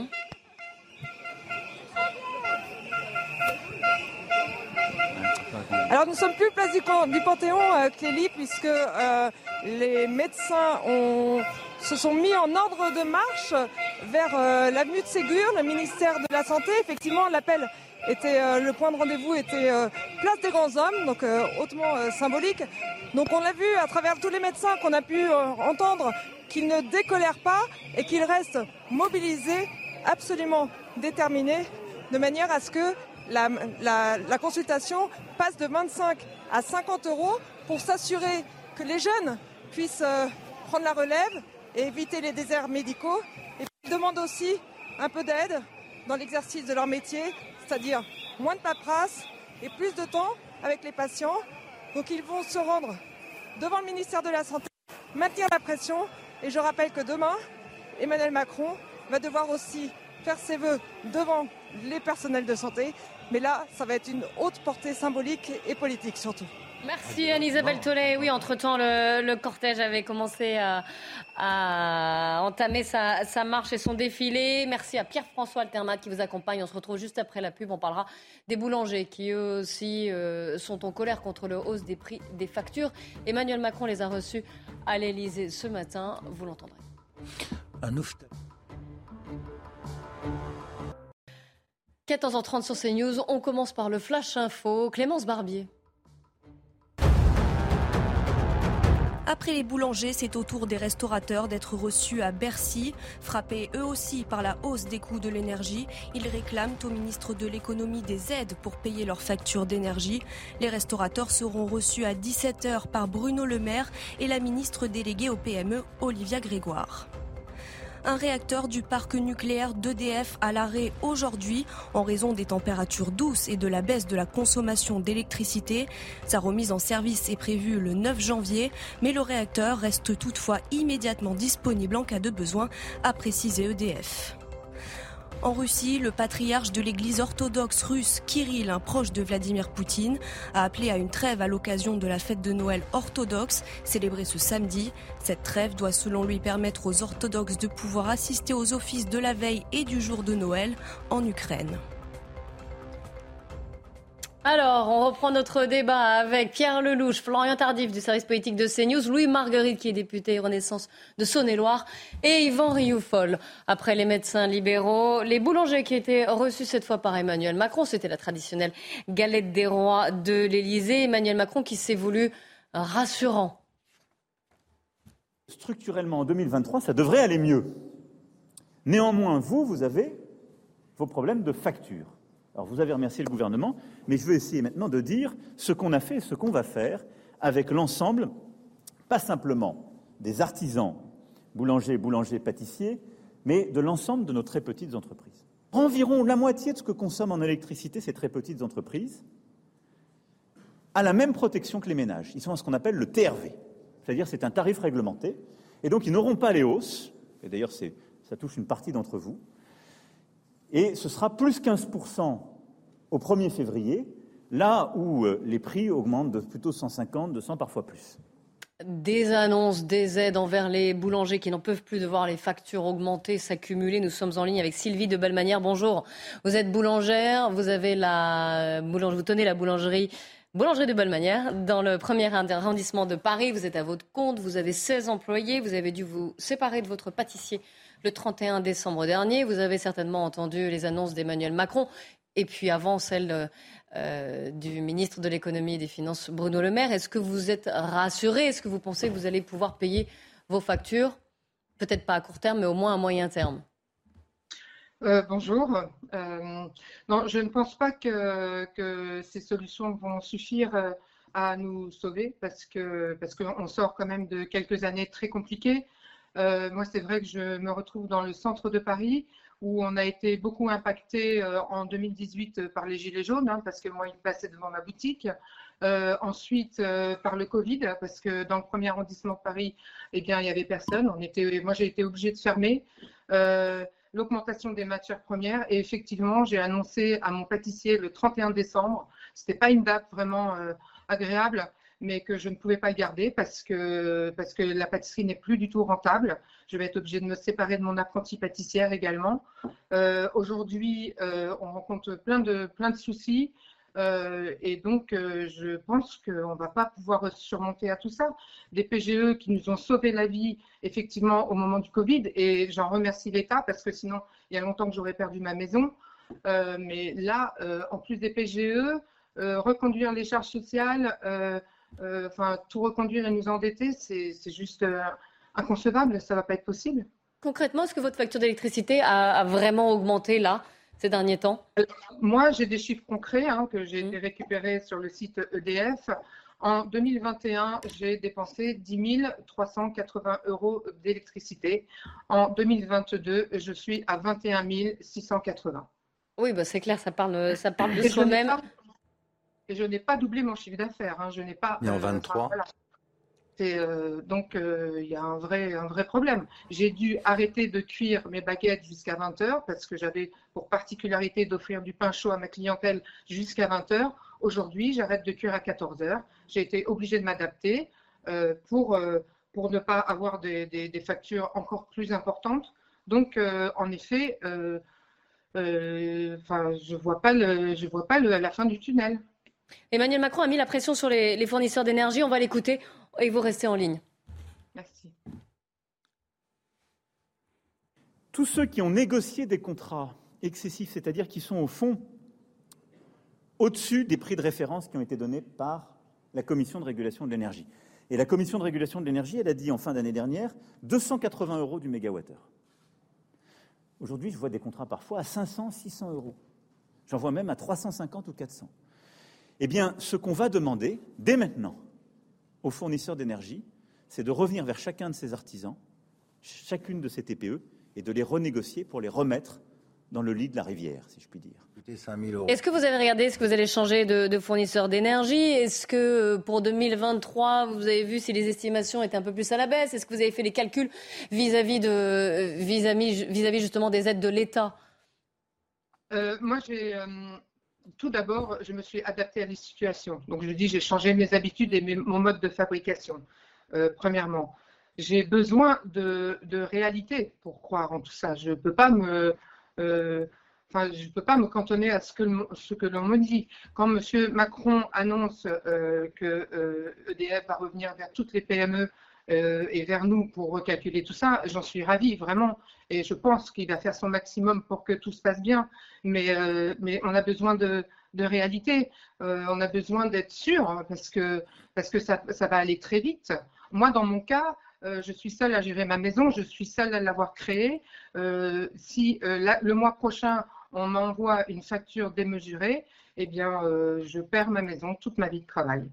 Alors nous sommes plus place du Panthéon, Clélie, puisque les médecins se sont mis en ordre de marche vers l'avenue de Ségur, le ministère de la Santé. Effectivement, l'appel était, le point de rendez-vous était place des Grands Hommes, donc hautement symbolique. Donc on l'a vu à travers tous les médecins qu'on a pu entendre qu'ils ne décolèrent pas et qu'ils restent mobilisés, absolument déterminés, de manière à ce que la consultation passe de 25 à 50 € pour s'assurer que les jeunes puissent prendre la relève et éviter les déserts médicaux. Et ils demandent aussi un peu d'aide dans l'exercice de leur métier, c'est-à-dire moins de paperasse et plus de temps avec les patients. Donc ils vont se rendre devant le ministère de la Santé, maintenir la pression. Et je rappelle que demain, Emmanuel Macron va devoir aussi faire ses vœux devant les personnels de santé. Mais là, ça va être une haute portée symbolique et politique surtout. Merci Anne-Isabelle Tollet. Oui, entre-temps, le cortège avait commencé à entamer sa marche et son défilé. Merci à Pierre-François Alternat qui vous accompagne. On se retrouve juste après la pub. On parlera des boulangers qui, eux aussi, sont en colère contre la hausse des prix des factures. Emmanuel Macron les a reçus à l'Élysée ce matin. Vous l'entendrez. Un ouf. 14h30 sur CNews, on commence par le Flash Info. Clémence Barbier. Après les boulangers, c'est au tour des restaurateurs d'être reçus à Bercy. Frappés eux aussi par la hausse des coûts de l'énergie, ils réclament au ministre de l'économie des aides pour payer leurs factures d'énergie. Les restaurateurs seront reçus à 17h par Bruno Le Maire et la ministre déléguée au PME, Olivia Grégoire. Un réacteur du parc nucléaire d'EDF à l'arrêt aujourd'hui en raison des températures douces et de la baisse de la consommation d'électricité. Sa remise en service est prévue le 9 janvier, mais le réacteur reste toutefois immédiatement disponible en cas de besoin, a précisé EDF. En Russie, le patriarche de l'église orthodoxe russe, Kirill, un proche de Vladimir Poutine, a appelé à une trêve à l'occasion de la fête de Noël orthodoxe, célébrée ce samedi. Cette trêve doit selon lui permettre aux orthodoxes de pouvoir assister aux offices de la veille et du jour de Noël en Ukraine. Alors, on reprend notre débat avec Pierre Lelouch, Florian Tardif du service politique de CNews, Louis Marguerite qui est député Renaissance de Saône-et-Loire et Yvan Rioufol. Après les médecins libéraux, les boulangers qui étaient reçus cette fois par Emmanuel Macron, c'était la traditionnelle galette des rois de l'Élysée. Emmanuel Macron qui s'est voulu rassurant. Structurellement, en 2023, ça devrait aller mieux. Néanmoins, vous avez vos problèmes de facture. Alors vous avez remercié le gouvernement, mais je veux essayer maintenant de dire ce qu'on a fait et ce qu'on va faire avec l'ensemble, pas simplement des artisans, boulangers, pâtissiers, mais de l'ensemble de nos très petites entreprises. Environ la moitié de ce que consomment en électricité ces très petites entreprises a la même protection que les ménages. Ils sont à ce qu'on appelle le TRV, c'est-à-dire c'est un tarif réglementé, et donc ils n'auront pas les hausses, et d'ailleurs ça touche une partie d'entre vous, et ce sera plus 15% au 1er février, là où les prix augmentent de plutôt 150, 200, parfois plus. Des annonces, des aides envers les boulangers qui n'en peuvent plus de voir les factures augmenter, s'accumuler. Nous sommes en ligne avec Sylvie de Balmanière. Bonjour. Vous êtes boulangère, vous tenez la boulangerie de Balmanière dans le 1er arrondissement de Paris. Vous êtes à votre compte, vous avez 16 employés, vous avez dû vous séparer de votre pâtissier le 31 décembre dernier. Vous avez certainement entendu les annonces d'Emmanuel Macron et puis avant celle du ministre de l'économie et des finances Bruno Le Maire. Est-ce que vous êtes rassuré ? Est-ce que vous pensez que vous allez pouvoir payer vos factures ? Peut-être pas à court terme, mais au moins à moyen terme. Bonjour. Non, je ne pense pas que ces solutions vont suffire à nous sauver parce qu'on sort quand même de quelques années très compliquées. Moi, c'est vrai que je me retrouve dans le centre de Paris où on a été beaucoup impacté en 2018 par les gilets jaunes, parce que moi, ils passaient devant ma boutique. Ensuite, par le Covid, parce que dans le 1er arrondissement de Paris, eh bien, il n'y avait personne. Moi, j'ai été obligée de fermer. L'augmentation des matières premières. Et effectivement, j'ai annoncé à mon pâtissier le 31 décembre. Ce n'était pas une date vraiment agréable, mais que je ne pouvais pas garder parce que la pâtisserie n'est plus du tout rentable. Je vais être obligée de me séparer de mon apprentie pâtissière également. Aujourd'hui, on rencontre plein de soucis. Et donc, je pense qu'on ne va pas pouvoir surmonter à tout ça. Des PGE qui nous ont sauvé la vie, effectivement, au moment du Covid. Et j'en remercie l'État parce que sinon, il y a longtemps que j'aurais perdu ma maison. Mais là, en plus des PGE, reconduire les charges sociales, tout reconduire et nous endetter, c'est juste inconcevable. Ça ne va pas être possible. Concrètement, est-ce que votre facture d'électricité a vraiment augmenté là ces derniers temps? Moi, j'ai des chiffres concrets que j'ai récupérés sur le site EDF. En 2021, j'ai dépensé 10 380 € d'électricité. En 2022, je suis à 21 680. Oui, c'est clair, ça parle de soi-même. Et je n'ai pas doublé mon chiffre d'affaires. Je n'ai pas. Et en 23. Voilà. Donc, il y a un vrai problème. J'ai dû arrêter de cuire mes baguettes jusqu'à 20h parce que j'avais pour particularité d'offrir du pain chaud à ma clientèle jusqu'à 20h. Aujourd'hui, j'arrête de cuire à 14h. J'ai été obligée de m'adapter pour ne pas avoir des factures encore plus importantes. Donc, en effet, je vois pas la fin du tunnel. Emmanuel Macron a mis la pression sur les fournisseurs d'énergie. On va l'écouter et vous restez en ligne. Merci. Tous ceux qui ont négocié des contrats excessifs, c'est-à-dire qui sont au fond au-dessus des prix de référence qui ont été donnés par la Commission de régulation de l'énergie. Et la Commission de régulation de l'énergie, elle a dit en fin d'année dernière 280 € du mégawattheure. Aujourd'hui, je vois des contrats parfois à 500, 600 €. J'en vois même à 350 ou 400. Eh bien, ce qu'on va demander, dès maintenant, aux fournisseurs d'énergie, c'est de revenir vers chacun de ces artisans, chacune de ces TPE, et de les renégocier pour les remettre dans le lit de la rivière, si je puis dire. 5 000 €. Est-ce que vous avez regardé, est-ce que vous allez changer de fournisseur d'énergie? Est-ce que pour 2023, vous avez vu si les estimations étaient un peu plus à la baisse? Est-ce que vous avez fait les calculs vis-à-vis justement des aides de l'État? Moi, tout d'abord, je me suis adaptée à la situation. Donc, j'ai changé mes habitudes et mon mode de fabrication, premièrement. J'ai besoin de réalité pour croire en tout ça. Je ne peux pas me cantonner à ce que l'on me dit. Quand M. Macron annonce que EDF va revenir vers toutes les PME et vers nous pour recalculer tout ça, j'en suis ravie, vraiment. Et je pense qu'il va faire son maximum pour que tout se passe bien. Mais on a besoin de réalité. On a besoin d'être sûr parce que ça va aller très vite. Moi, dans mon cas, je suis seule à gérer ma maison, je suis seule à l'avoir créée. Si le mois prochain, on m'envoie une facture démesurée, eh bien, je perds ma maison, toute ma vie de travail.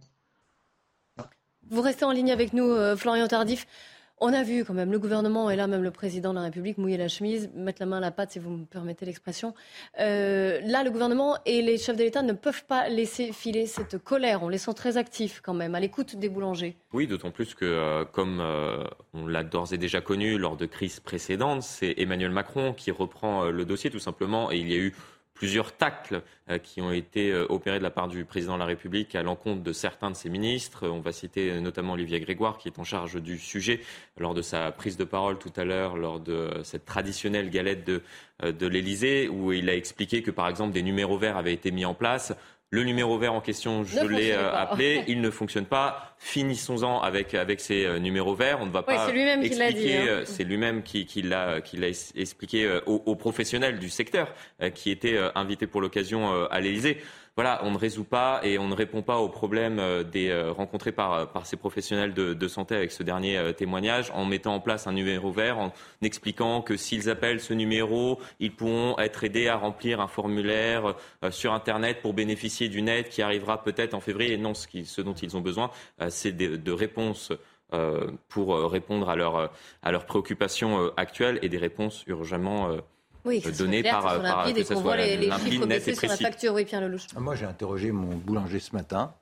Vous restez en ligne avec nous, Florian Tardif. On a vu quand même le gouvernement et là même le président de la République mouiller la chemise, mettre la main à la pâte si vous me permettez l'expression. Là, le gouvernement et les chefs de l'État ne peuvent pas laisser filer cette colère. On les sent très actifs quand même, à l'écoute des boulangers. Oui, d'autant plus que comme on l'a d'ores et déjà connu lors de crises précédentes, c'est Emmanuel Macron qui reprend le dossier tout simplement et il y a eu plusieurs tacles qui ont été opérés de la part du président de la République à l'encontre de certains de ses ministres. On va citer notamment Olivier Grégoire qui est en charge du sujet lors de sa prise de parole tout à l'heure, lors de cette traditionnelle galette de l'Élysée où il a expliqué que par exemple des numéros verts avaient été mis en place. Le numéro vert en question, je l'ai appelé, il ne fonctionne pas. Finissons-en avec ces numéros verts. On ne va pas c'est lui-même expliquer. Qui l'a dit, hein. C'est lui-même qui l'a expliqué aux professionnels du secteur qui étaient invités pour l'occasion à l'Élysée. Voilà, on ne résout pas et on ne répond pas aux problèmes rencontrés par ces professionnels de santé avec ce dernier témoignage en mettant en place un numéro vert, en expliquant que s'ils appellent ce numéro, ils pourront être aidés à remplir un formulaire sur Internet pour bénéficier d'une aide qui arrivera peut-être en février. Et non, ce dont ils ont besoin, c'est de réponses pour répondre à leurs préoccupations actuelles et des réponses urgemment données par que ce soit limpide, net et précis. Oui, Pierre Lelouch. Moi, j'ai interrogé mon boulanger ce matin.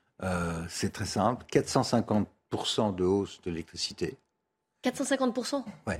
C'est très simple. 450% de hausse de l'électricité. 450% ? Oui.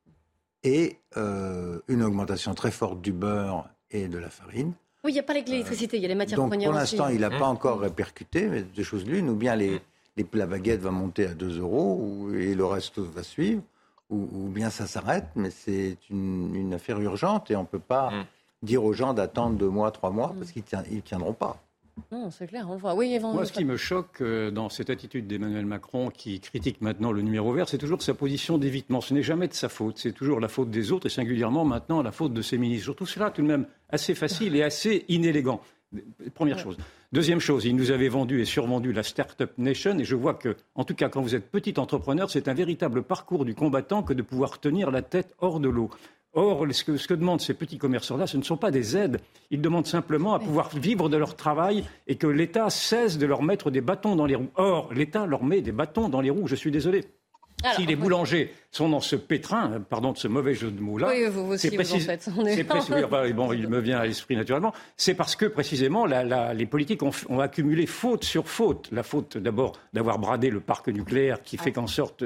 Et une augmentation très forte du beurre et de la farine. Oui, il n'y a pas que l'électricité, il y a les matières premières aussi. Pour l'instant, il n'a pas encore répercuté, mais deux choses l'une. Ou bien la baguette va monter à 2 € et le reste va suivre. Ou bien ça s'arrête, mais c'est une affaire urgente et on ne peut pas dire aux gens d'attendre 2 mois, 3 mois, parce qu'ils ne tiendront pas. Non, c'est clair, on le voit. Oui, Moi, ce qui me choque dans cette attitude d'Emmanuel Macron, qui critique maintenant le numéro vert, c'est toujours sa position d'évitement. Ce n'est jamais de sa faute, c'est toujours la faute des autres, et singulièrement maintenant la faute de ses ministres. Je trouve cela tout de même assez facile et assez inélégant. Première chose. Deuxième chose, il nous avait vendu et survendu la Startup Nation et je vois que, en tout cas, quand vous êtes petit entrepreneur, c'est un véritable parcours du combattant que de pouvoir tenir la tête hors de l'eau. Or, ce que demandent ces petits commerçants-là, ce ne sont pas des aides. Ils demandent simplement à pouvoir vivre de leur travail et que l'État cesse de leur mettre des bâtons dans les roues. Or, l'État leur met des bâtons dans les roues, je suis désolé. Alors, si les boulangers sont dans ce pétrin, pardon de ce mauvais jeu de mots-là, oui, vous aussi, c'est précis. Bon, il me vient à l'esprit naturellement. C'est parce que précisément les politiques ont accumulé faute sur faute. La faute d'abord d'avoir bradé le parc nucléaire, qui fait qu'en sorte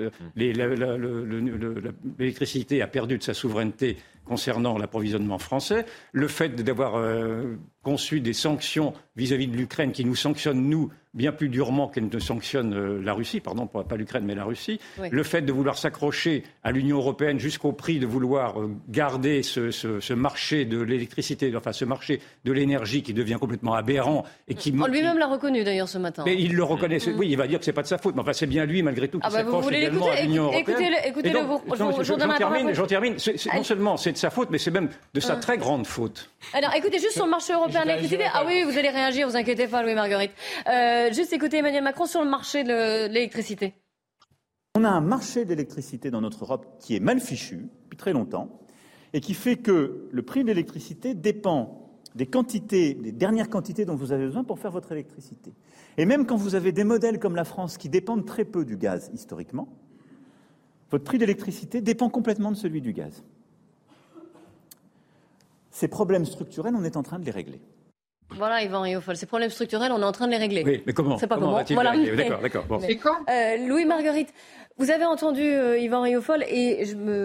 l'électricité a perdu de sa souveraineté concernant l'approvisionnement français. Le fait d'avoir conçu des sanctions vis-à-vis de l'Ukraine qui nous sanctionnent, nous, bien plus durement qu'elle ne sanctionne la Russie, pardon, pas l'Ukraine mais la Russie. Oui. Le fait de vouloir s'accrocher à l'Union européenne jusqu'au prix de vouloir garder ce marché de l'électricité, enfin ce marché de l'énergie qui devient complètement aberrant. Et qui lui-même l'a reconnu d'ailleurs ce matin. Mais il le reconnaît, oui, il va dire que c'est pas de sa faute, mais enfin c'est bien lui malgré tout qui s'accroche également à l'Union européenne. Écoutez-le, j'en termine. Non seulement c'est de sa faute, mais c'est même de sa très grande faute. Alors, écoutez, juste sur le marché européen de l'électricité. Ah oui, vous allez réagir, vous inquiétez pas, Louis-Marguerite. Juste écoutez Emmanuel Macron sur le marché de l'électricité. On a un marché de l'électricité dans notre Europe qui est mal fichu depuis très longtemps et qui fait que le prix de l'électricité dépend des dernières quantités dont vous avez besoin pour faire votre électricité. Et même quand vous avez des modèles comme la France qui dépendent très peu du gaz historiquement, votre prix d'électricité dépend complètement de celui du gaz. Ces problèmes structurels, on est en train de les régler. Voilà, Yvan Rioufol, ces problèmes structurels, on est en train de les régler. Oui, mais comment ? C'est pas comment. Voilà. D'accord. Bon. Et quand Louis-Marguerite, vous avez entendu Yvan Rioufol et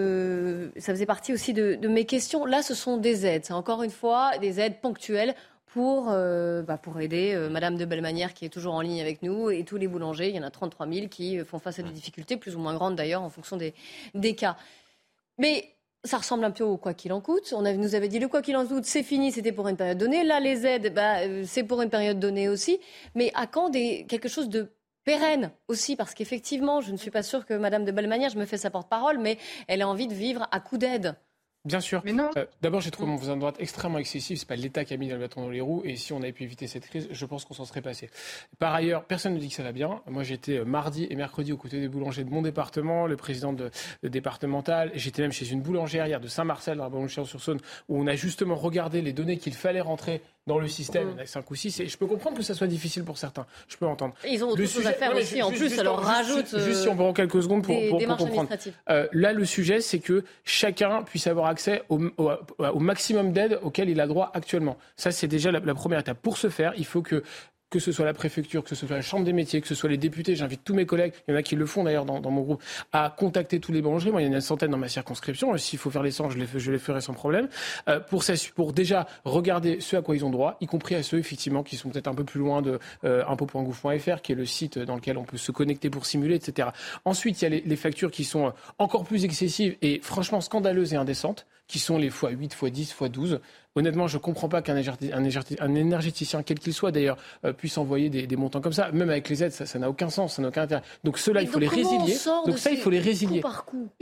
ça faisait partie aussi de mes questions. Là, ce sont des aides. C'est encore une fois des aides ponctuelles pour aider Madame de Bellemanière qui est toujours en ligne avec nous et tous les boulangers. Il y en a 33 000 qui font face à des difficultés plus ou moins grandes d'ailleurs en fonction des cas. Mais ça ressemble un peu au quoi qu'il en coûte. Nous avait dit le quoi qu'il en coûte, c'est fini, c'était pour une période donnée. Là, les aides, c'est pour une période donnée aussi. Mais à quand quelque chose de pérenne aussi, parce qu'effectivement, je ne suis pas sûre que Madame de Bellemanière, je me fais sa porte-parole, mais elle a envie de vivre à coup d'aide. Bien sûr. Mais non. D'abord, j'ai trouvé mon voisin de droite extrêmement excessif. C'est pas l'État qui a mis le bâton dans les roues. Et si on avait pu éviter cette crise, je pense qu'on s'en serait passé. Par ailleurs, personne ne dit que ça va bien. Moi, j'étais mardi et mercredi aux côtés des boulangers de mon département, le président de départemental. J'étais même chez une boulangère hier de Saint-Marcel, dans la Boulangerie-sur-Saône, où on a justement regardé les données qu'il fallait rentrer dans le système. Il y en a 5 ou 6. Et je peux comprendre que ça soit difficile pour certains. Je peux entendre. Et ils ont autre chose à faire aussi. En plus, ça leur rajoute juste si on prend quelques secondes pour comprendre. Là, le sujet, c'est que chacun puisse avoir accès au maximum d'aide auquel il a droit actuellement. Ça, c'est déjà la première étape. Pour ce faire, il faut que ce soit la préfecture, que ce soit la chambre des métiers, que ce soit les députés, j'invite tous mes collègues, il y en a qui le font d'ailleurs dans mon groupe, à contacter tous les boulangeries. Moi, il y en a une centaine dans ma circonscription. S'il faut faire les 100, je les ferai sans problème. Pour déjà regarder ce à quoi ils ont droit, y compris à ceux, effectivement, qui sont peut-être un peu plus loin de impôts.gouv.fr, qui est le site dans lequel on peut se connecter pour simuler, etc. Ensuite, il y a les factures qui sont encore plus excessives et franchement scandaleuses et indécentes, qui sont les x8, x10, x12. Honnêtement, je ne comprends pas qu'un énergéticien, quel qu'il soit d'ailleurs, puisse envoyer des montants comme ça. Même avec les aides, ça n'a aucun sens, ça n'a aucun intérêt. Donc ceux-là, il faut les résilier. Il faut les résilier. Coup par coup.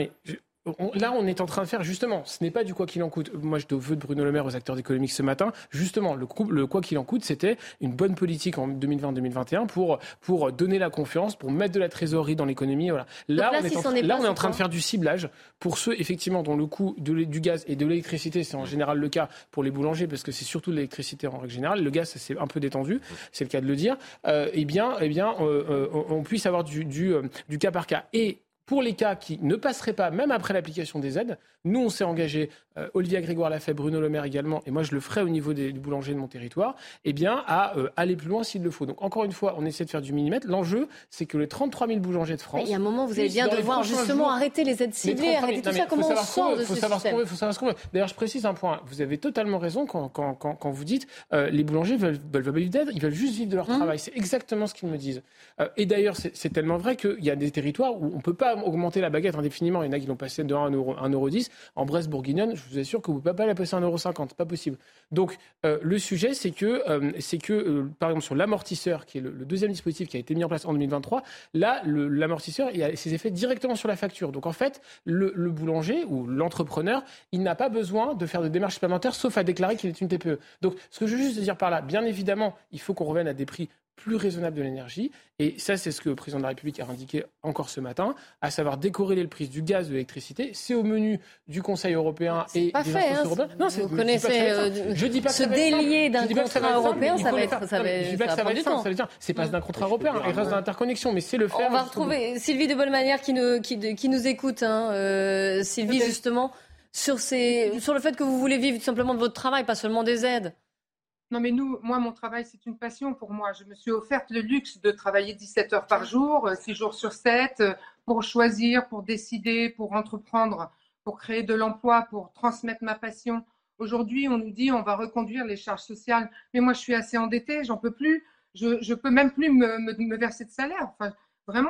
Là, on est en train de faire, justement, ce n'est pas du quoi qu'il en coûte. Moi, j'étais au vœu de Bruno Le Maire aux acteurs économiques ce matin. Justement, le quoi qu'il en coûte, c'était une bonne politique en 2020-2021 pour donner la confiance, pour mettre de la trésorerie dans l'économie. Voilà. Là, on est en train de faire du ciblage pour ceux, effectivement, dont le coût du gaz et de l'électricité, c'est en général le cas pour les boulangers, parce que c'est surtout de l'électricité en règle générale. Le gaz, ça s'est un peu détendu, c'est le cas de le dire. On puisse avoir du cas par cas. Et pour les cas qui ne passeraient pas, même après l'application des aides, nous, on s'est engagé, Olivia Grégoire l'a fait, Bruno Le Maire également, et moi je le ferai au niveau des boulangers de mon territoire, à aller plus loin s'il le faut. Donc encore une fois, on essaie de faire du millimètre. L'enjeu, c'est que les 33 000 boulangers de France... Il y a un moment, vous allez bien devoir justement arrêter les aides ciblées, arrêter tout ça, comment on sort de ce système. Il faut savoir ce qu'on veut. D'ailleurs, je précise un point, vous avez totalement raison quand vous dites les boulangers veulent pas vivre d'aide, ils veulent juste vivre de leur travail. C'est exactement ce qu'ils me disent. Et d'ailleurs, c'est tellement vrai qu'il y a des territoires où on ne peut pas augmenter la baguette indéfiniment. Il y en a qui l'ont passé de 1,10 €. En Bresse bourguignonne, je vous assure que vous ne pouvez pas la passer à 1,50 €. C'est pas possible. Donc, le sujet, c'est que par exemple, sur l'amortisseur, qui est le deuxième dispositif qui a été mis en place en 2023, là, l'amortisseur, il a ses effets directement sur la facture. Donc, en fait, le boulanger ou l'entrepreneur, il n'a pas besoin de faire de démarches supplémentaires, sauf à déclarer qu'il est une TPE. Donc, ce que je veux juste dire par là, bien évidemment, il faut qu'on revienne à des prix plus raisonnable de l'énergie. Et ça, c'est ce que le président de la République a indiqué encore ce matin, à savoir décorréler le prix du gaz, de l'électricité. C'est au menu du Conseil européen et des instances européennes. Non, vous connaissez ce délier d'un contrat européen, ça va prendre du temps. C'est pas d'un contrat européen, il reste d'interconnexion, mais c'est le faire. On va retrouver Sylvie de Bellemanière qui nous écoute. Sylvie, justement, sur le fait que vous voulez vivre tout simplement de votre travail, pas seulement des aides. Non, mais moi, mon travail, c'est une passion pour moi. Je me suis offerte le luxe de travailler 17 heures par jour, 6 jours sur 7, pour choisir, pour décider, pour entreprendre, pour créer de l'emploi, pour transmettre ma passion. Aujourd'hui, on nous dit on va reconduire les charges sociales. Mais moi, je suis assez endettée, j'en peux plus. Je peux même plus me verser de salaire. Enfin, vraiment,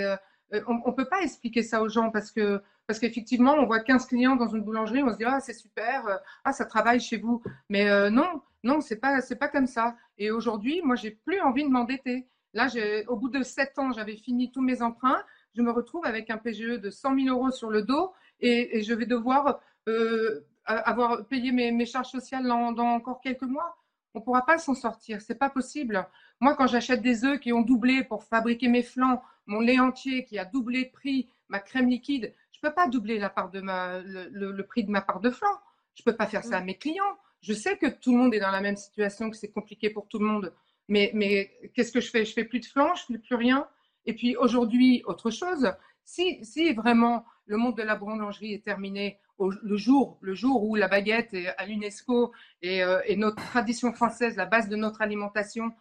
on ne peut pas expliquer ça aux gens parce qu'effectivement, on voit 15 clients dans une boulangerie, on se dit « Ah, c'est super, ça travaille chez vous ». Mais non, c'est pas comme ça. Et aujourd'hui, moi, j'ai plus envie de m'endetter. Là, au bout de 7 ans, j'avais fini tous mes emprunts. Je me retrouve avec un PGE de 100 000 € sur le dos et je vais devoir avoir payé mes charges sociales dans encore quelques mois. On ne pourra pas s'en sortir, c'est pas possible. Moi, quand j'achète des œufs qui ont doublé pour fabriquer mes flans, mon lait entier qui a doublé de prix, ma crème liquide, je ne peux pas doubler le prix de ma part de flan. Je ne peux pas faire ça à mes clients. Je sais que tout le monde est dans la même situation, que c'est compliqué pour tout le monde. Mais qu'est-ce que je fais? Je ne fais plus de flan, je ne fais plus rien. Et puis aujourd'hui, autre chose, si vraiment le monde de la boulangerie est terminé le jour où la baguette est à l'UNESCO et notre tradition française, la base de notre alimentation,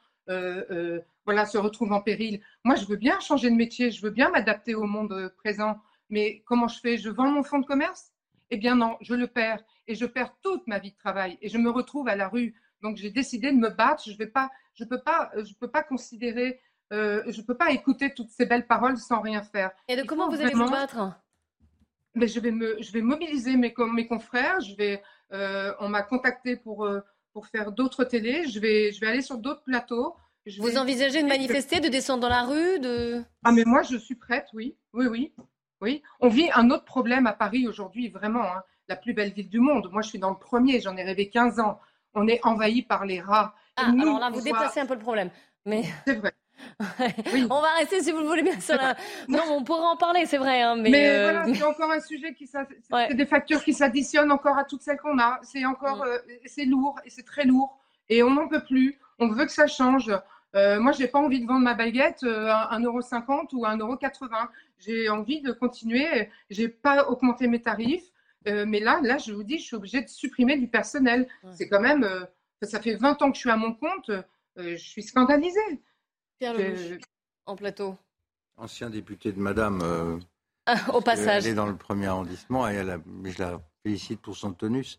se retrouve en péril. Moi, je veux bien changer de métier, je veux bien m'adapter au monde présent. Mais comment je fais? Je vends mon fonds de commerce? Eh bien non, je le perds. Et je perds toute ma vie de travail. Et je me retrouve à la rue. Donc, j'ai décidé de me battre. Je peux pas considérer... je ne peux pas écouter toutes ces belles paroles sans rien faire. Et comment vous allez vous battre? Mais je vais mobiliser mes confrères. On m'a contacté pour faire d'autres télés. Je vais aller sur d'autres plateaux. Vous envisagez de manifester, de descendre dans la rue, Ah, mais moi, je suis prête, oui. Oui. On vit un autre problème à Paris aujourd'hui, vraiment. Hein. La plus belle ville du monde. Moi, je suis dans le premier. J'en ai rêvé 15 ans. On est envahi par les rats. Alors là, vous déplacez un peu le problème. Mais... C'est vrai. Oui. On va rester, si vous le voulez bien, sur la... Non, on pourrait en parler, c'est vrai. Hein, mais voilà, c'est encore un sujet c'est des factures qui s'additionnent encore à toutes celles qu'on a. C'est encore, c'est lourd, et c'est très lourd. Et on n'en peut plus. On veut que ça change. Moi, j'ai pas envie de vendre ma baguette à 1,50 € ou à 1,80 €. J'ai envie de continuer. J'ai pas augmenté mes tarifs. Mais là, je vous dis, je suis obligée de supprimer du personnel. C'est quand même... ça fait 20 ans que je suis à mon compte. Je suis scandalisée. Pierre Lelouch, en plateau. Ancien député de Madame, au passage. Elle est dans le 1er arrondissement et je la félicite pour son tonus.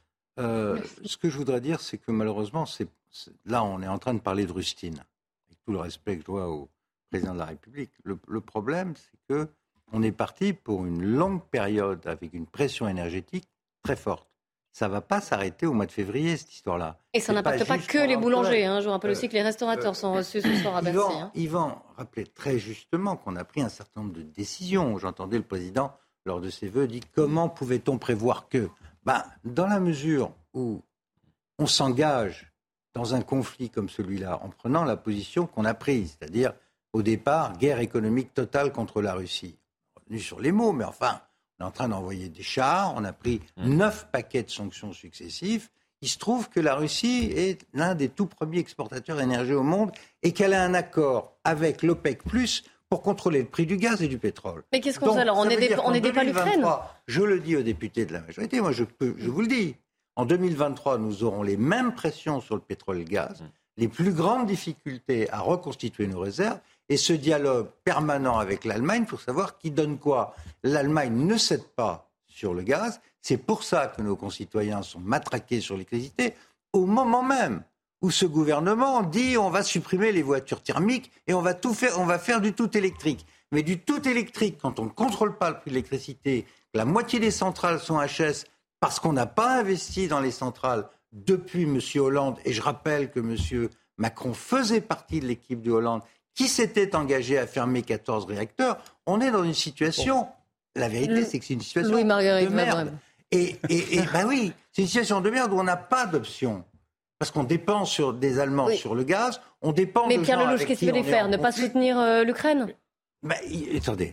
Ce que je voudrais dire, c'est que malheureusement, là, on est en train de parler de rustine, avec tout le respect que je dois au président de la République. Le problème, c'est qu'on est parti pour une longue période avec une pression énergétique très forte. Ça ne va pas s'arrêter au mois de février, cette histoire-là. Et ça n'impacte pas que les boulangers. Je vous rappelle aussi que les restaurateurs sont reçus ce soir à Bercy. Yvan rappelait très justement qu'on a pris un certain nombre de décisions. J'entendais le président, lors de ses vœux, dire comment pouvait-on prévoir que dans la mesure où on s'engage dans un conflit comme celui-là, en prenant la position qu'on a prise, c'est-à-dire, au départ, guerre économique totale contre la Russie. Revenu sur les mots, mais enfin... On est en train d'envoyer des chars, on a pris 9 paquets de sanctions successifs. Il se trouve que la Russie est l'un des tout premiers exportateurs d'énergie au monde et qu'elle a un accord avec l'OPEC+, pour contrôler le prix du gaz et du pétrole. Mais qu'est-ce qu'on fait alors? On n'aide pas l'Ukraine? Je le dis aux députés de la majorité, moi je vous le dis. En 2023, nous aurons les mêmes pressions sur le pétrole et le gaz, les plus grandes difficultés à reconstituer nos réserves, et ce dialogue permanent avec l'Allemagne pour savoir qui donne quoi. L'Allemagne ne cède pas sur le gaz. C'est pour ça que nos concitoyens sont matraqués sur l'électricité au moment même où ce gouvernement dit on va supprimer les voitures thermiques et on va faire du tout électrique. Mais du tout électrique, quand on ne contrôle pas le prix de l'électricité, la moitié des centrales sont HS parce qu'on n'a pas investi dans les centrales depuis M. Hollande. Et je rappelle que M. Macron faisait partie de l'équipe de Hollande qui s'était engagé à fermer 14 réacteurs, on est dans une situation, la vérité c'est que c'est une situation de merde. Et oui, c'est une situation de merde où on n'a pas d'option. Parce qu'on dépend sur des Allemands sur le gaz, on dépend de gens avec qui on est en conflit. Mais Pierre Lelouch, qu'est-ce qu'il fallait faire? Ne pas soutenir l'Ukraine? Attendez,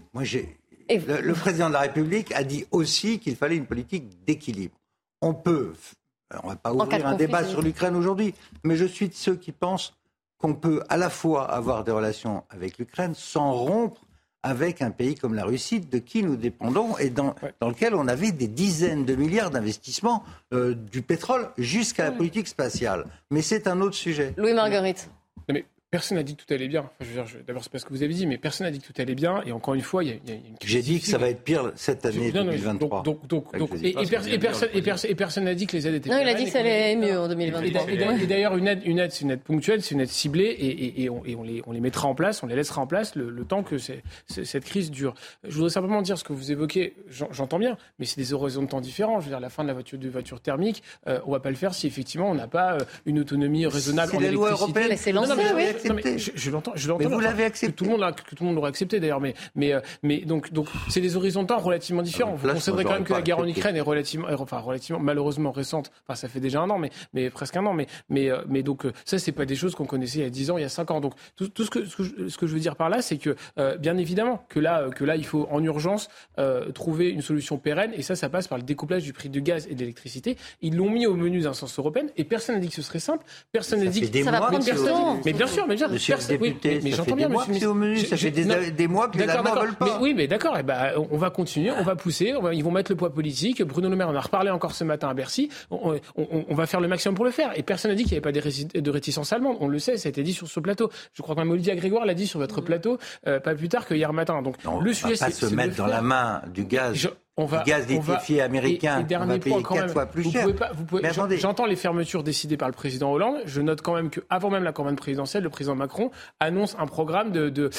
le président de la République a dit aussi qu'il fallait une politique d'équilibre. On ne va pas ouvrir un débat sur l'Ukraine aujourd'hui, mais je suis de ceux qui pensent qu'on peut à la fois avoir des relations avec l'Ukraine sans rompre avec un pays comme la Russie, de qui nous dépendons et dans lequel on avait des dizaines de milliards d'investissements du pétrole jusqu'à la politique spatiale. Mais c'est un autre sujet. Louis Marguerite. Personne n'a dit que tout allait bien. D'abord, c'est pas ce que vous avez dit, mais personne n'a dit que tout allait bien. Et encore une fois, il y a une crise. J'ai dit que ça va être pire cette année 2023. Et personne n'a dit que les aides étaient. Non, il a dit que ça allait mieux en 2023. Et d'ailleurs, une aide, c'est une aide ponctuelle, c'est une aide ciblée, et on les mettra en place, on les laissera en place le temps que cette crise dure. Je voudrais simplement dire ce que vous évoquez. J'entends bien, mais c'est des horizons de temps différents. Je veux dire, la fin de la voiture thermique, on va pas le faire si effectivement on n'a pas une autonomie raisonnable en électricité. C'est la loi européenne. C'est lancé, oui. accepté. Je l'entends. Mais vous l'avez accepté. Que tout le monde l'aurait accepté d'ailleurs. Mais donc c'est des horizons de temps relativement différents. Vous considérez quand même que la guerre en Ukraine est relativement malheureusement récente. Enfin, ça fait déjà un an, mais presque un an. Mais donc ça, c'est pas des choses qu'on connaissait il y a 10 ans, il y a 5 ans. Donc tout ce que je veux dire par là, c'est que bien évidemment que là, il faut en urgence trouver une solution pérenne. Et ça passe par le découplage du prix du gaz et de l'électricité. Ils l'ont mis au menu des instances européennes et personne n'a dit que ce serait simple. Personne n'a dit que ça va prendre du temps. Mais bien sûr, monsieur le député, mais j'entends bien, monsieur le ministre. Ça fait des mois que les Allemands ne veulent pas. Mais d'accord. On va continuer, on va pousser. Ils vont mettre le poids politique. Bruno Le Maire en a reparlé encore ce matin à Bercy. On va faire le maximum pour le faire. Et personne n'a dit qu'il n'y avait pas de réticence allemande. On le sait, ça a été dit sur ce plateau. Je crois que même Olivia Grégoire l'a dit sur votre plateau pas plus tard que hier matin. Donc le sujet, c'est se mettre dans la main du gaz. Gaz liquéfié américain, on va payer 4 fois plus cher. J'entends les fermetures décidées par le président Hollande. Je note quand même qu'avant même la campagne présidentielle, le président Macron annonce un programme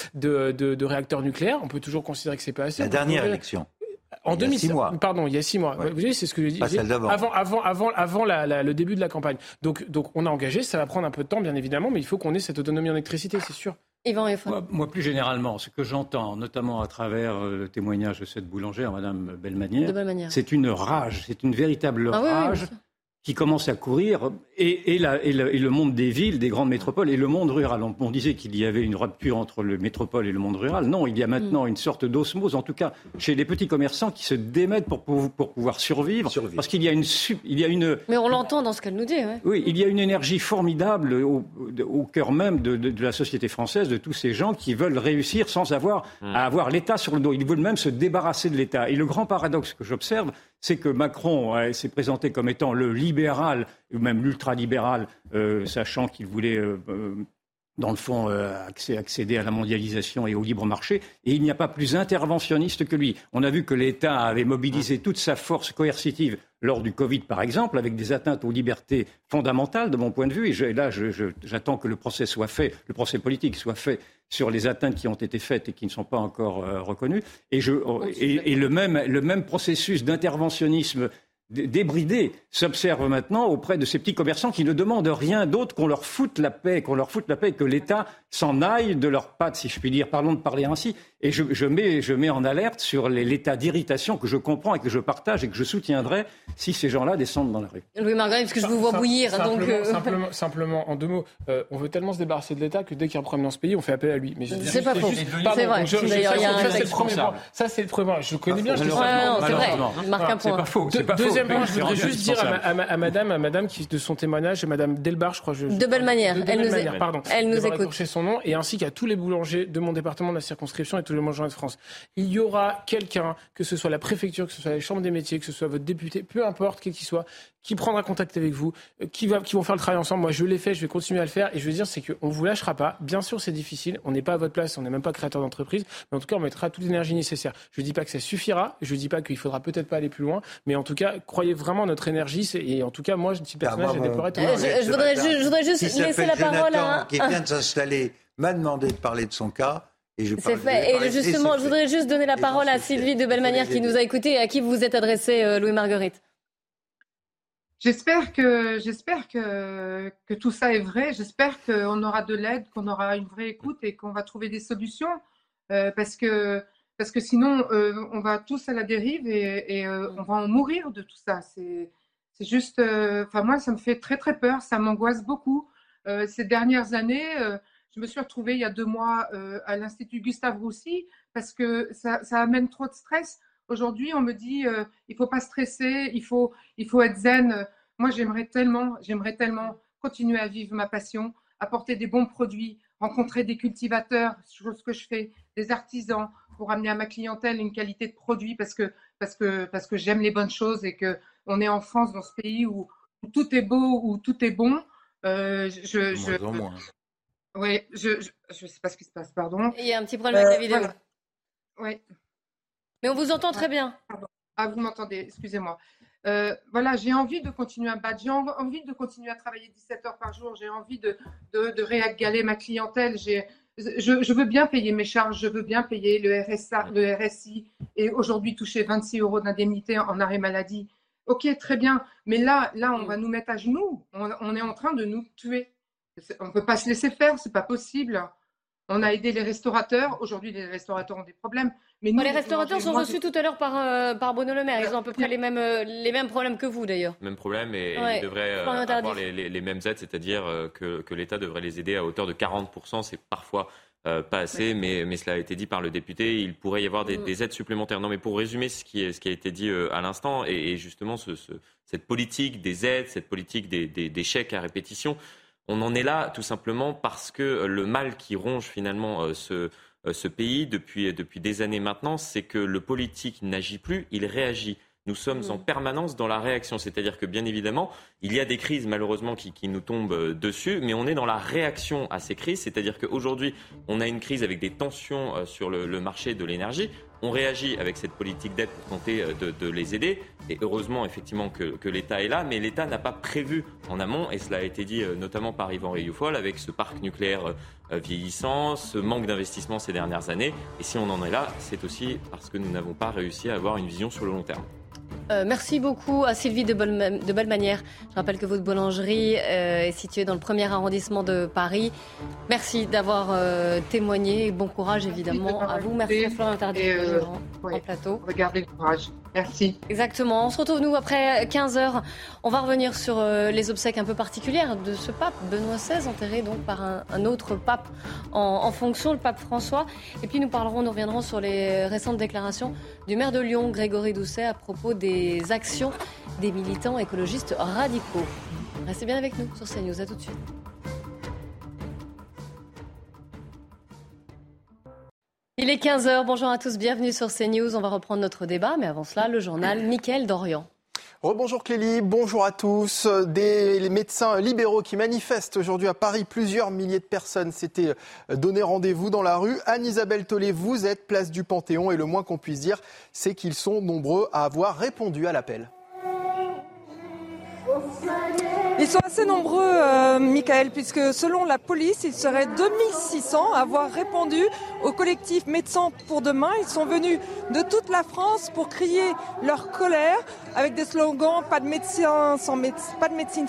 de réacteurs nucléaires. On peut toujours considérer que c'est pas assez. La dernière élection. Il y a 6 mois. Pardon, il y a 6 mois. Ouais. Vous voyez, c'est ce que je dis. Pas celle d'avant. Avant le début de la campagne. Donc on a engagé. Ça va prendre un peu de temps, bien évidemment, mais il faut qu'on ait cette autonomie en électricité, c'est sûr. Moi, plus généralement, ce que j'entends, notamment à travers le témoignage de cette boulangère, Madame Bellemanière, c'est une rage, c'est une véritable rage qui commence à courir, et le monde des villes, des grandes métropoles, et le monde rural. On disait qu'il y avait une rupture entre le métropole et le monde rural. Non, il y a maintenant une sorte d'osmose, en tout cas chez les petits commerçants qui se démettent pour pouvoir survivre. Parce qu'il y a une... Mais on l'entend dans ce qu'elle nous dit. Ouais. Oui, il y a une énergie formidable au cœur même de la société française, de tous ces gens qui veulent réussir sans avoir à avoir l'État sur le dos. Ils veulent même se débarrasser de l'État. Et le grand paradoxe que j'observe, c'est que Macron s'est présenté comme étant le libéral, ou même l'ultralibéral, sachant qu'il voulait, dans le fond, accéder à la mondialisation et au libre marché. Et il n'y a pas plus interventionniste que lui. On a vu que l'État avait mobilisé toute sa force coercitive lors du Covid, par exemple, avec des atteintes aux libertés fondamentales, de mon point de vue. Et là, j'attends que le procès politique soit fait sur les atteintes qui ont été faites et qui ne sont pas encore reconnues. Et le même processus d'interventionnisme débridé s'observe maintenant auprès de ces petits commerçants qui ne demandent rien d'autre qu'on leur foute la paix, que l'État s'en aille de leurs pattes, si je puis dire. Pardon de parler ainsi. Et je mets en alerte sur l'état d'irritation que je comprends et que je partage et que je soutiendrai si ces gens-là descendent dans la rue. Louis Margaret, parce que je vous vois bouillir. Simplement, en 2 mots, on veut tellement se débarrasser de l'État que dès qu'il y a un problème dans ce pays, on fait appel à lui. Mais c'est pas faux. C'est vrai. Ça, c'est le premier point. Je connais bien. C'est vrai. Il marque un point. C'est pas faux. Deuxième point, je voudrais juste dire à madame qui, de son témoignage, Madame Delbar, je crois. De Bellemanière. Elle nous écoute. Son nom, et ainsi qu'à tous les boulangers de mon département, de la circonscription et tous les boulangers de France. Il y aura quelqu'un, que ce soit la préfecture, que ce soit les chambres des métiers, que ce soit votre député, peu importe quel qu'il soit, qui prendra contact avec vous, qui vont faire le travail ensemble. Moi, je l'ai fait, je vais continuer à le faire. Et je veux dire, c'est qu'on ne vous lâchera pas. Bien sûr, c'est difficile. On n'est pas à votre place, on n'est même pas créateur d'entreprise. Mais en tout cas, on mettra toute l'énergie nécessaire. Je ne dis pas que ça suffira. Je ne dis pas qu'il faudra peut-être pas aller plus loin. Mais en tout cas, croyez vraiment à notre énergie. Et en tout cas, moi, je dis personnage, je déploierai tout le monde. Je voudrais juste laisser la parole à... qui vient de s'installer, m'a demandé de parler de son cas. C'est fait. Et justement, je voudrais juste donner la parole à Sylvie de Bellemanière qui nous a écoutés et à qui vous vous êtes adressé, Louis Marguerite. J'espère que tout ça est vrai. J'espère qu'on aura de l'aide, qu'on aura une vraie écoute et qu'on va trouver des solutions. Parce que sinon, on va tous à la dérive et on va en mourir de tout ça. C'est juste... moi, ça me fait très, très peur. Ça m'angoisse beaucoup. Ces dernières années... je me suis retrouvée il y a 2 mois à l'Institut Gustave Roussy parce que ça amène trop de stress. Aujourd'hui, on me dit il ne faut pas stresser, il faut être zen. Moi, j'aimerais tellement continuer à vivre ma passion, apporter des bons produits, rencontrer des cultivateurs, chose que je fais, des artisans, pour amener à ma clientèle une qualité de produit parce que j'aime les bonnes choses et qu'on est en France, dans ce pays où tout est beau, où tout est bon. Oui, je ne sais pas ce qui se passe, pardon. Il y a un petit problème avec la vidéo. Voilà. Oui. Mais on vous entend très bien. Pardon. Ah, vous m'entendez, excusez-moi. J'ai envie de continuer à me battre, j'ai envie de continuer à travailler 17 heures par jour, j'ai envie de régaler ma clientèle, je veux bien payer mes charges, je veux bien payer le RSI et aujourd'hui toucher 26 € d'indemnité en arrêt maladie. Ok, très bien, mais là on va nous mettre à genoux, on est en train de nous tuer. On ne peut pas se laisser faire, c'est pas possible. On a aidé les restaurateurs. Aujourd'hui, les restaurateurs ont des problèmes. Mais nous, les restaurateurs sont reçus tout à l'heure par Bruno Le Maire. Ils ont à peu près les mêmes problèmes que vous, d'ailleurs. Même problème, et ils devraient avoir les mêmes aides, c'est-à-dire que l'État devrait les aider à hauteur de 40%. C'est parfois pas assez, mais cela a été dit par le député. Il pourrait y avoir des aides supplémentaires. Non, mais pour résumer ce qui a été dit à l'instant, et justement cette politique des aides, cette politique des chèques à répétition, on en est là tout simplement parce que le mal qui ronge finalement ce pays depuis des années maintenant, c'est que le politique n'agit plus, il réagit. Nous sommes en permanence dans la réaction, c'est-à-dire que bien évidemment, il y a des crises malheureusement qui nous tombent dessus, mais on est dans la réaction à ces crises, c'est-à-dire qu'aujourd'hui, on a une crise avec des tensions sur le marché de l'énergie. On réagit avec cette politique d'aide pour tenter de les aider. Et heureusement, effectivement, que l'État est là. Mais l'État n'a pas prévu en amont, et cela a été dit notamment par Yvan Rioufol, avec ce parc nucléaire vieillissant, ce manque d'investissement ces dernières années. Et si on en est là, c'est aussi parce que nous n'avons pas réussi à avoir une vision sur le long terme. Merci beaucoup à Sylvie de Bellemanière. Je rappelle que votre boulangerie est située dans le 1er arrondissement de Paris. Merci d'avoir témoigné et bon courage évidemment à vous. Merci à Florian Tardif en plateau. Regardez le courage. Merci. Exactement. On se retrouve nous après 15h. On va revenir sur les obsèques un peu particulières de ce pape, Benoît XVI, enterré donc par un autre pape en fonction, le pape François. Et puis nous reviendrons sur les récentes déclarations du maire de Lyon, Grégory Doucet, à propos des actions des militants écologistes radicaux. Restez bien avec nous sur CNews. À tout de suite. Il est 15h, bonjour à tous, bienvenue sur CNews. On va reprendre notre débat, mais avant cela, le journal Mickaël Dorian. Rebonjour Clélie, bonjour à tous. Des médecins libéraux qui manifestent aujourd'hui à Paris. Plusieurs milliers de personnes s'étaient donné rendez-vous dans la rue. Anne-Isabelle Tollet, vous êtes place du Panthéon et le moins qu'on puisse dire, c'est qu'ils sont nombreux à avoir répondu à l'appel. Ils sont assez nombreux, Mickaël, puisque selon la police, il serait 2600 à avoir répondu au collectif Médecins pour demain. Ils sont venus de toute la France pour crier leur colère avec des slogans « Pas de médecine sans médecin »,«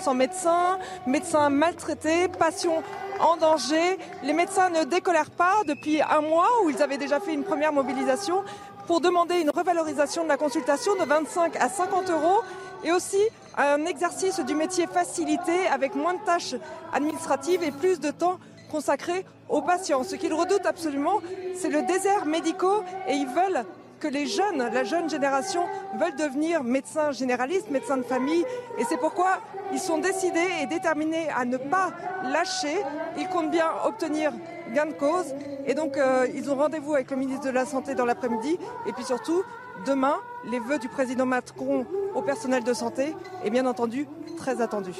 Médecins maltraités »,« Passion en danger ». Les médecins ne décolèrent pas depuis un mois où ils avaient déjà fait une première mobilisation pour demander une revalorisation de la consultation de 25 à 50 euros et aussi un exercice du métier facilité avec moins de tâches administratives et plus de temps consacré aux patients. Ce qu'ils redoutent absolument, c'est le désert médical et ils veulent que les jeunes, la jeune génération, veulent devenir médecins généralistes, médecins de famille. Et c'est pourquoi ils sont décidés et déterminés à ne pas lâcher. Ils comptent bien obtenir gain de cause. Et donc, ils ont rendez-vous avec le ministre de la Santé dans l'après-midi. Et puis surtout, demain, les vœux du président Macron au personnel de santé est bien entendu très attendu.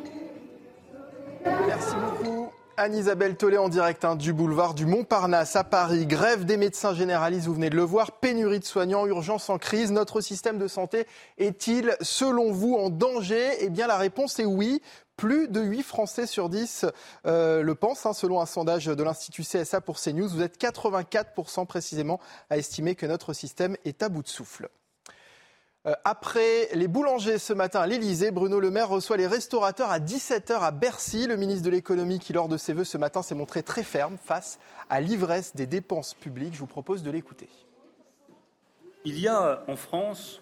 Merci beaucoup. Anne-Isabelle Tollet en direct du boulevard du Montparnasse à Paris. Grève des médecins généralistes, vous venez de le voir. Pénurie de soignants, urgence en crise. Notre système de santé est-il, selon vous, en danger ? Eh bien, la réponse est oui. Plus de 8 Français sur 10 le pensent, selon un sondage de l'Institut CSA pour CNews. Vous êtes 84% précisément à estimer que notre système est à bout de souffle. Après les boulangers ce matin à l'Élysée, Bruno Le Maire reçoit les restaurateurs à 17h à Bercy. Le ministre de l'économie qui, lors de ses vœux ce matin, s'est montré très ferme face à l'ivresse des dépenses publiques. Je vous propose de l'écouter. Il y a en France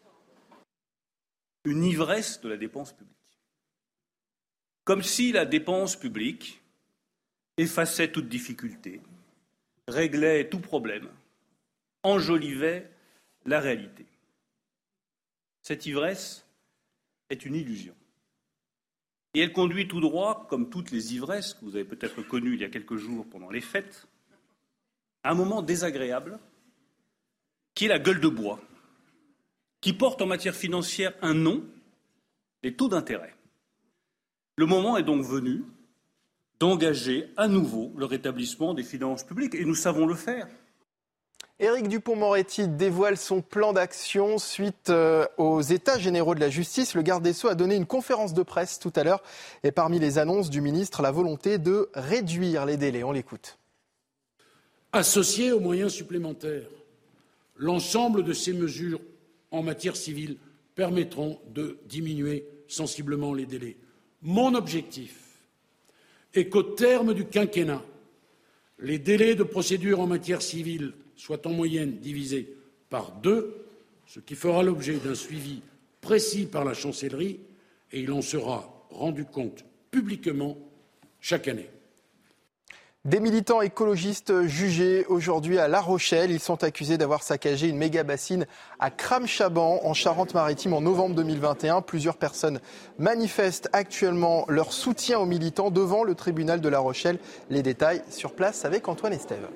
une ivresse de la dépense publique. Comme si la dépense publique effaçait toute difficulté, réglait tout problème, enjolivait la réalité. Cette ivresse est une illusion. Et elle conduit tout droit, comme toutes les ivresses que vous avez peut-être connues il y a quelques jours pendant les fêtes, à un moment désagréable qui est la gueule de bois, qui porte en matière financière un nom, les taux d'intérêt. Le moment est donc venu d'engager à nouveau le rétablissement des finances publiques, et nous savons le faire. Éric Dupond-Moretti dévoile son plan d'action suite aux États généraux de la justice. Le garde des Sceaux a donné une conférence de presse tout à l'heure. Et parmi les annonces du ministre, la volonté de réduire les délais. On l'écoute. Associer aux moyens supplémentaires, l'ensemble de ces mesures en matière civile permettront de diminuer sensiblement les délais. Mon objectif et qu'au terme du quinquennat, les délais de procédure en matière civile soient en moyenne divisés par 2, ce qui fera l'objet d'un suivi précis par la chancellerie, et il en sera rendu compte publiquement chaque année. Des militants écologistes jugés aujourd'hui à La Rochelle. Ils sont accusés d'avoir saccagé une méga-bassine à Cram-Chaban, en Charente-Maritime, en novembre 2021. Plusieurs personnes manifestent actuellement leur soutien aux militants devant le tribunal de La Rochelle. Les détails sur place avec Antoine Estève.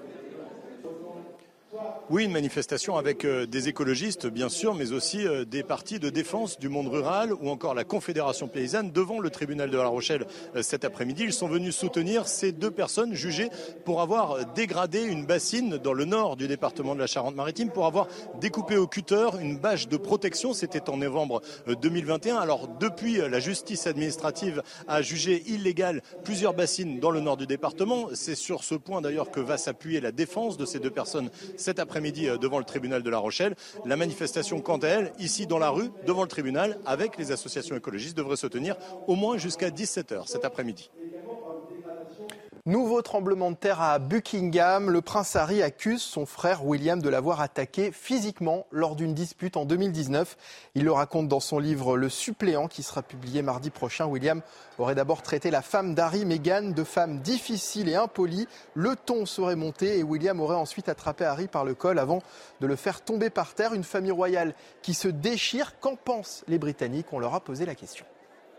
Oui, une manifestation avec des écologistes, bien sûr, mais aussi des partis de défense du monde rural ou encore la Confédération paysanne devant le tribunal de La Rochelle cet après-midi. Ils sont venus soutenir ces 2 personnes jugées pour avoir dégradé une bassine dans le nord du département de la Charente-Maritime, pour avoir découpé au cutter une bâche de protection. C'était en novembre 2021. Alors depuis, la justice administrative a jugé illégale plusieurs bassines dans le nord du département. C'est sur ce point d'ailleurs que va s'appuyer la défense de ces 2 personnes cet après-midi devant le tribunal de La Rochelle. La manifestation, quant à elle, ici dans la rue, devant le tribunal, avec les associations écologistes, devrait se tenir au moins jusqu'à 17h cet après-midi. Nouveau tremblement de terre à Buckingham. Le prince Harry accuse son frère William de l'avoir attaqué physiquement lors d'une dispute en 2019. Il le raconte dans son livre Le Suppléant, qui sera publié mardi prochain. William aurait d'abord traité la femme d'Harry, Meghan, de femme difficile et impolie. Le ton serait monté et William aurait ensuite attrapé Harry par le col avant de le faire tomber par terre. Une famille royale qui se déchire. Qu'en pensent les Britanniques? On leur a posé la question.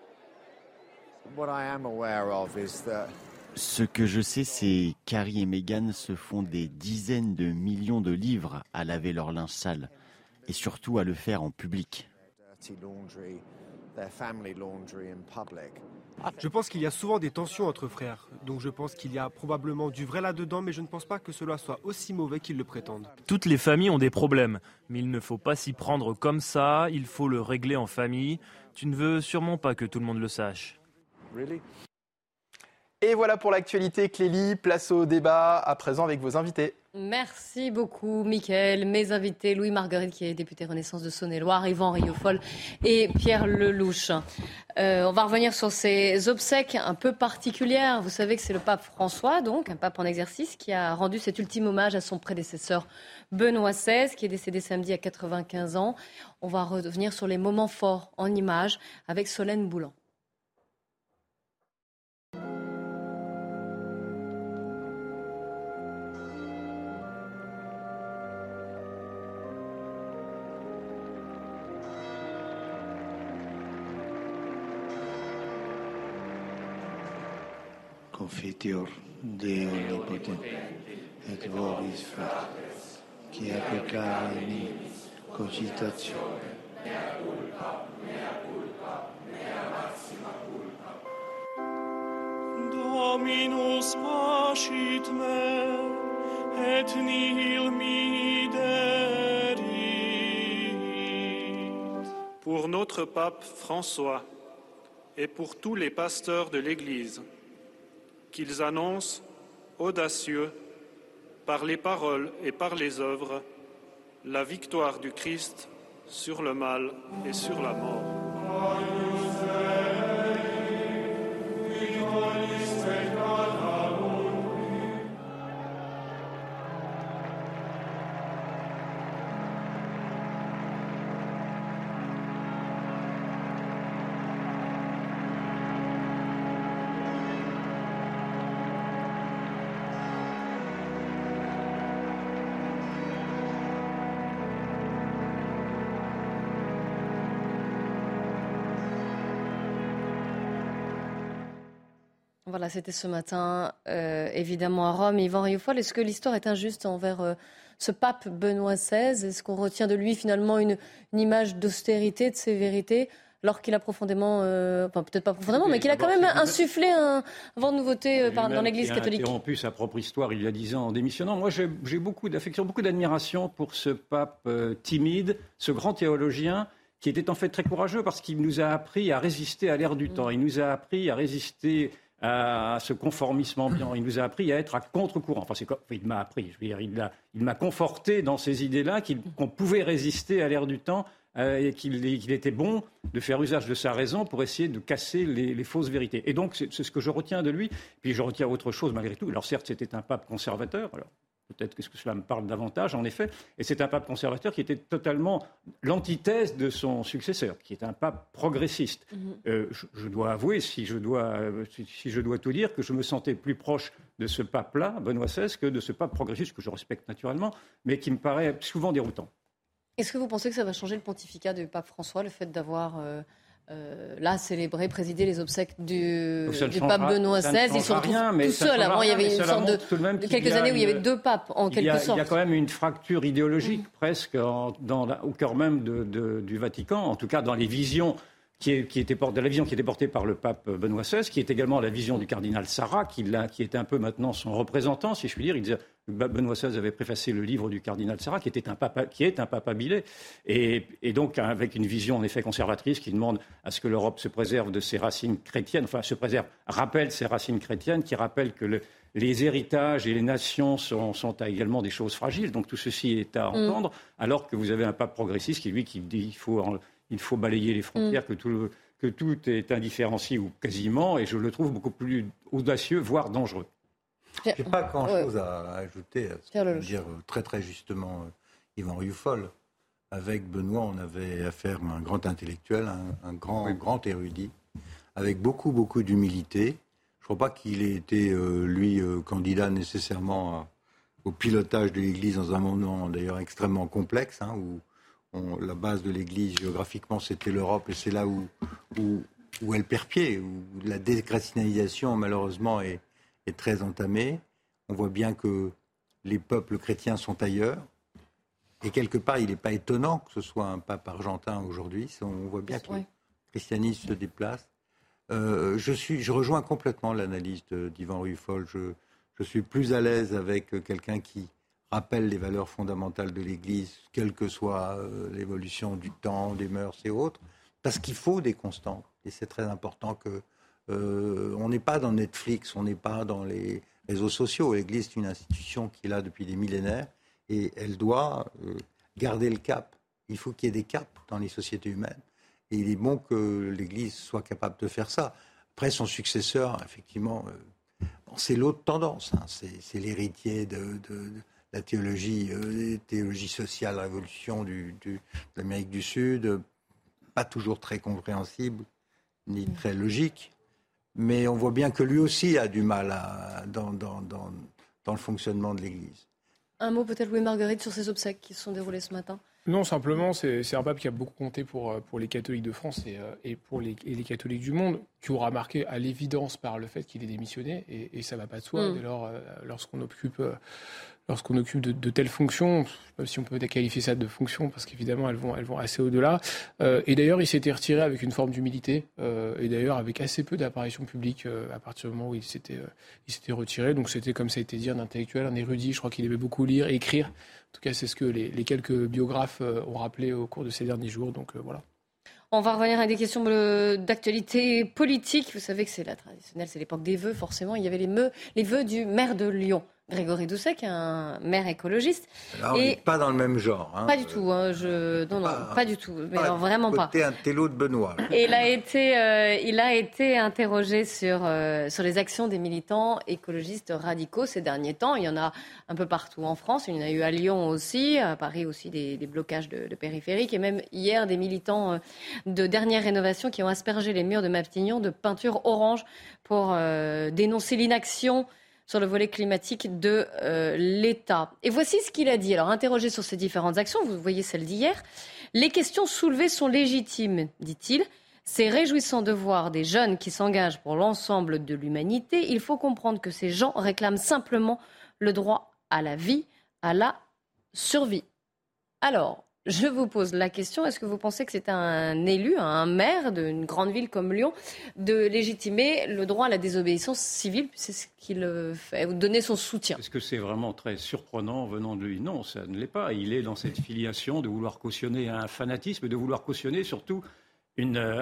Ce que je sais, c'est qu'Harry et Meghan se font des dizaines de millions de livres à laver leur linge sale et surtout à le faire en public. Je pense qu'il y a souvent des tensions entre frères, donc je pense qu'il y a probablement du vrai là-dedans, mais je ne pense pas que cela soit aussi mauvais qu'ils le prétendent. Toutes les familles ont des problèmes, mais il ne faut pas s'y prendre comme ça, il faut le régler en famille. Tu ne veux sûrement pas que tout le monde le sache. Et voilà pour l'actualité, Clélie. Place au débat à présent avec vos invités. Merci beaucoup, Mickaël. Mes invités, Louis-Marguerite, qui est député Renaissance de Saône-et-Loire, Yvan Rieufol et Pierre Lelouch. On va revenir sur ces obsèques un peu particulières. Vous savez que c'est le pape François, donc un pape en exercice, qui a rendu cet ultime hommage à son prédécesseur Benoît XVI, qui est décédé samedi à 95 ans. On va revenir sur les moments forts en images avec Solène Boulan. Confiteor Deo Onnipotente, et vobis fratres, qui a peccare in nobis cogitatione, mea culpa, mea maxima culpa. Dominus pascit me, et nihil miderit. Pour notre pape François et pour tous les pasteurs de l'Église, qu'ils annoncent, audacieux, par les paroles et par les œuvres, la victoire du Christ sur le mal et sur la mort. Voilà, c'était ce matin, évidemment, à Rome. Yvan Rieufol, est-ce que l'histoire est injuste envers ce pape Benoît XVI? Est-ce qu'on retient de lui, finalement, une image d'austérité, de sévérité, alors qu'il a profondément, enfin peut-être pas profondément, mais qu'il a quand même insufflé un vent de nouveauté dans l'Église catholique? Il a interrompu sa propre histoire il y a 10 ans en démissionnant. Moi, j'ai beaucoup d'affection, beaucoup d'admiration pour ce pape timide, ce grand théologien, qui était en fait très courageux parce qu'il nous a appris à résister à l'ère du temps. Il nous a appris à résister à ce conformisme ambiant. Il nous a appris à être à contre-courant. Enfin, il m'a appris, je veux dire, il m'a conforté dans ces idées-là qu'on pouvait résister à l'ère du temps et qu'il était bon de faire usage de sa raison pour essayer de casser les fausses vérités. Et donc, c'est ce que je retiens de lui. Puis je retiens autre chose malgré tout. Alors certes, c'était un pape conservateur. Alors, peut-être que cela me parle davantage, en effet. Et c'est un pape conservateur qui était totalement l'antithèse de son successeur, qui est un pape progressiste. Je dois avouer, si je dois tout dire, que je me sentais plus proche de ce pape-là, Benoît XVI, que de ce pape progressiste, que je respecte naturellement, mais qui me paraît souvent déroutant. Est-ce que vous pensez que ça va changer le pontificat du pape François, le fait d'avoir... là, célébré, présider les obsèques du pape Benoît XVI. Ils sont tout seuls. Avant, il y avait une sorte de quelques années où il y avait deux papes, en quelque sorte. Il y a quand même une fracture idéologique, presque, au cœur même du Vatican, en tout cas dans les visions qui était portée par le pape Benoît XVI, qui est également la vision du cardinal Sarah, qui est un peu maintenant son représentant, si je puis dire. Il disait, Benoît XVI avait préfacé le livre du cardinal Sarah, qui est un pape habilé, et donc avec une vision en effet conservatrice qui demande à ce que l'Europe se préserve de ses racines chrétiennes, rappelle ses racines chrétiennes, qui rappelle que les héritages et les nations sont également des choses fragiles. Donc tout ceci est à entendre, alors que vous avez un pape progressiste qui dit il faut balayer les frontières, que tout est indifférencié ou quasiment, et je le trouve beaucoup plus audacieux, voire dangereux. Je n'ai pas grand-chose à ajouter à ce que vient de dire très très justement Yvan Rioufol. Avec Benoît, on avait affaire à un grand intellectuel, un grand érudit, avec beaucoup d'humilité. Je ne crois pas qu'il ait été, candidat nécessairement au pilotage de l'Église dans un moment d'ailleurs extrêmement complexe, où la base de l'Église, géographiquement, c'était l'Europe, et c'est là où elle perd pied, où la déchristianisation, malheureusement, est très entamée. On voit bien que les peuples chrétiens sont ailleurs. Et quelque part, il n'est pas étonnant que ce soit un pape argentin aujourd'hui. On voit bien que le christianisme se déplace. Je rejoins complètement l'analyse d'Yvan Rioufol. Je suis plus à l'aise avec quelqu'un qui rappelle les valeurs fondamentales de l'Église, quelle que soit l'évolution du temps, des mœurs et autres, parce qu'il faut des constantes. Et c'est très important que on n'est pas dans Netflix, on n'est pas dans les réseaux sociaux. L'Église est une institution qui est là depuis des millénaires et elle doit garder le cap. Il faut qu'il y ait des caps dans les sociétés humaines. Et il est bon que l'Église soit capable de faire ça. Après, son successeur, effectivement, c'est l'autre tendance. C'est l'héritier de la théologie sociale, révolution de l'Amérique du Sud, pas toujours très compréhensible, ni très logique. Mais on voit bien que lui aussi a du mal dans le fonctionnement de l'Église. Un mot peut-être, Louis-Marguerite, sur ces obsèques qui se sont déroulées ce matin. Non, simplement, c'est un pape qui a beaucoup compté pour les catholiques de France et pour les catholiques du monde, qui aura marqué à l'évidence par le fait qu'il ait démissionné, et ça ne va pas de soi. Dès lors, lorsqu'on occupe de telles fonctions, je ne sais pas si on peut qualifier ça de fonction, parce qu'évidemment, elles vont assez au-delà. Et d'ailleurs, il s'était retiré avec une forme d'humilité, et d'ailleurs avec assez peu d'apparitions publiques à partir du moment où il s'était retiré. Donc c'était, comme ça a été dit, un intellectuel, un érudit. Je crois qu'il aimait beaucoup lire et écrire. En tout cas, c'est ce que les quelques biographes ont rappelé au cours de ces derniers jours. Donc voilà. On va revenir à des questions d'actualité politique. Vous savez que c'est la traditionnelle, c'est l'époque des vœux, forcément. Il y avait les vœux du maire de Lyon, Grégory Doucet, qui est un maire écologiste. Alors, on n'est pas dans le même genre. Pas du tout. Non, pas du tout. Mais alors, vraiment pas. Côté un télo de Benoît. Et il a été interrogé sur les actions des militants écologistes radicaux ces derniers temps. Il y en a un peu partout en France. Il y en a eu à Lyon aussi, à Paris aussi, des blocages de périphériques. Et même hier, des militants de dernière rénovation qui ont aspergé les murs de Matignon de peinture orange pour dénoncer l'inaction sur le volet climatique de l'État. Et voici ce qu'il a dit. Alors, interrogé sur ces différentes actions, vous voyez celle d'hier, les questions soulevées sont légitimes, dit-il. C'est réjouissant de voir des jeunes qui s'engagent pour l'ensemble de l'humanité. Il faut comprendre que ces gens réclament simplement le droit à la vie, à la survie. Alors, je vous pose la question, est-ce que vous pensez que c'est un élu, un maire d'une grande ville comme Lyon, de légitimer le droit à la désobéissance civile? C'est ce qu'il fait, ou donner son soutien. Est-ce que c'est vraiment très surprenant venant de lui? Non, ça ne l'est pas. Il est dans cette filiation de vouloir cautionner un fanatisme, de vouloir cautionner surtout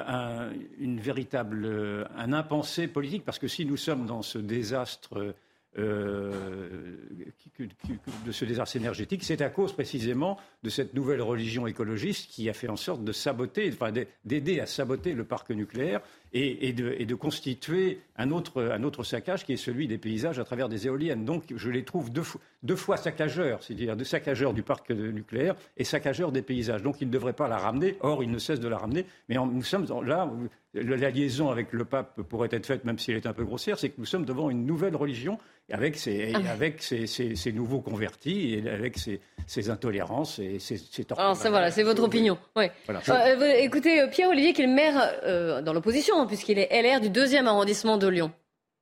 un impensé politique. Parce que si nous sommes dans ce désastre de ce désastre énergétique, c'est à cause précisément de cette nouvelle religion écologiste qui a fait en sorte de saboter, d'aider à saboter le parc nucléaire et de constituer un autre saccage qui est celui des paysages à travers des éoliennes. Donc je les trouve deux fois saccageurs, c'est-à-dire saccageurs du parc nucléaire et saccageurs des paysages. Donc ils ne devraient pas la ramener, or ils ne cessent de la ramener. Mais nous sommes là, la liaison avec le pape pourrait être faite, même si elle est un peu grossière, c'est que nous sommes devant une nouvelle religion avec ses nouveaux convertis et avec ses intolérances et ses alors ça, voilà, c'est votre opinion. Ouais. Voilà. Écoutez, Pierre-Olivier, qui est le maire dans l'opposition, puisqu'il est LR du 2e arrondissement de Lyon.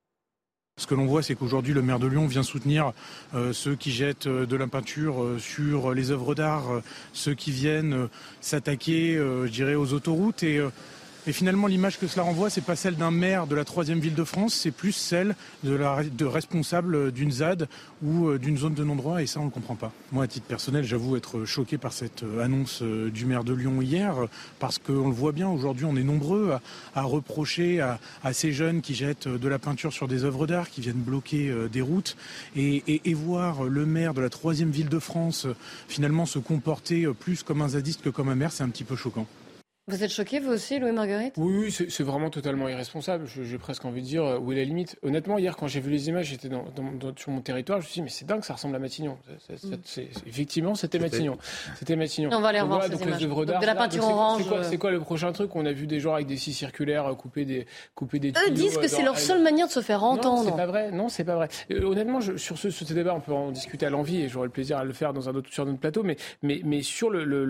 Ce que l'on voit, c'est qu'aujourd'hui, le maire de Lyon vient soutenir ceux qui jettent de la peinture sur les œuvres d'art, ceux qui viennent s'attaquer, je dirais, aux autoroutes. Et finalement, l'image que cela renvoie, c'est pas celle d'un maire de la 3e ville de France, c'est plus celle de responsable d'une ZAD ou d'une zone de non-droit, et ça, on ne le comprend pas. Moi, à titre personnel, j'avoue être choqué par cette annonce du maire de Lyon hier, parce qu'on le voit bien, aujourd'hui, on est nombreux à reprocher à ces jeunes qui jettent de la peinture sur des œuvres d'art, qui viennent bloquer des routes, et voir le maire de la 3e ville de France finalement se comporter plus comme un zadiste que comme un maire, c'est un petit peu choquant. Vous êtes choqué, vous aussi, Louis-Marguerite ? Oui, c'est vraiment totalement irresponsable. J'ai presque envie de dire où est la limite. Honnêtement, hier, quand j'ai vu les images, j'étais sur mon territoire, je me suis dit, mais c'est dingue, ça ressemble à Matignon. Effectivement, c'était Matignon. C'était Matignon. On va aller revoir ces images. De la peinture orange. C'est quoi le prochain truc ? On a vu des gens avec des scies circulaires couper des tuyaux. Eux disent que c'est leur seule manière de se faire entendre. Non, c'est pas vrai. Non, c'est pas vrai. Honnêtement, sur ce débat, on peut en discuter à l'envi et j'aurai le plaisir à le faire sur notre plateau. Mais sur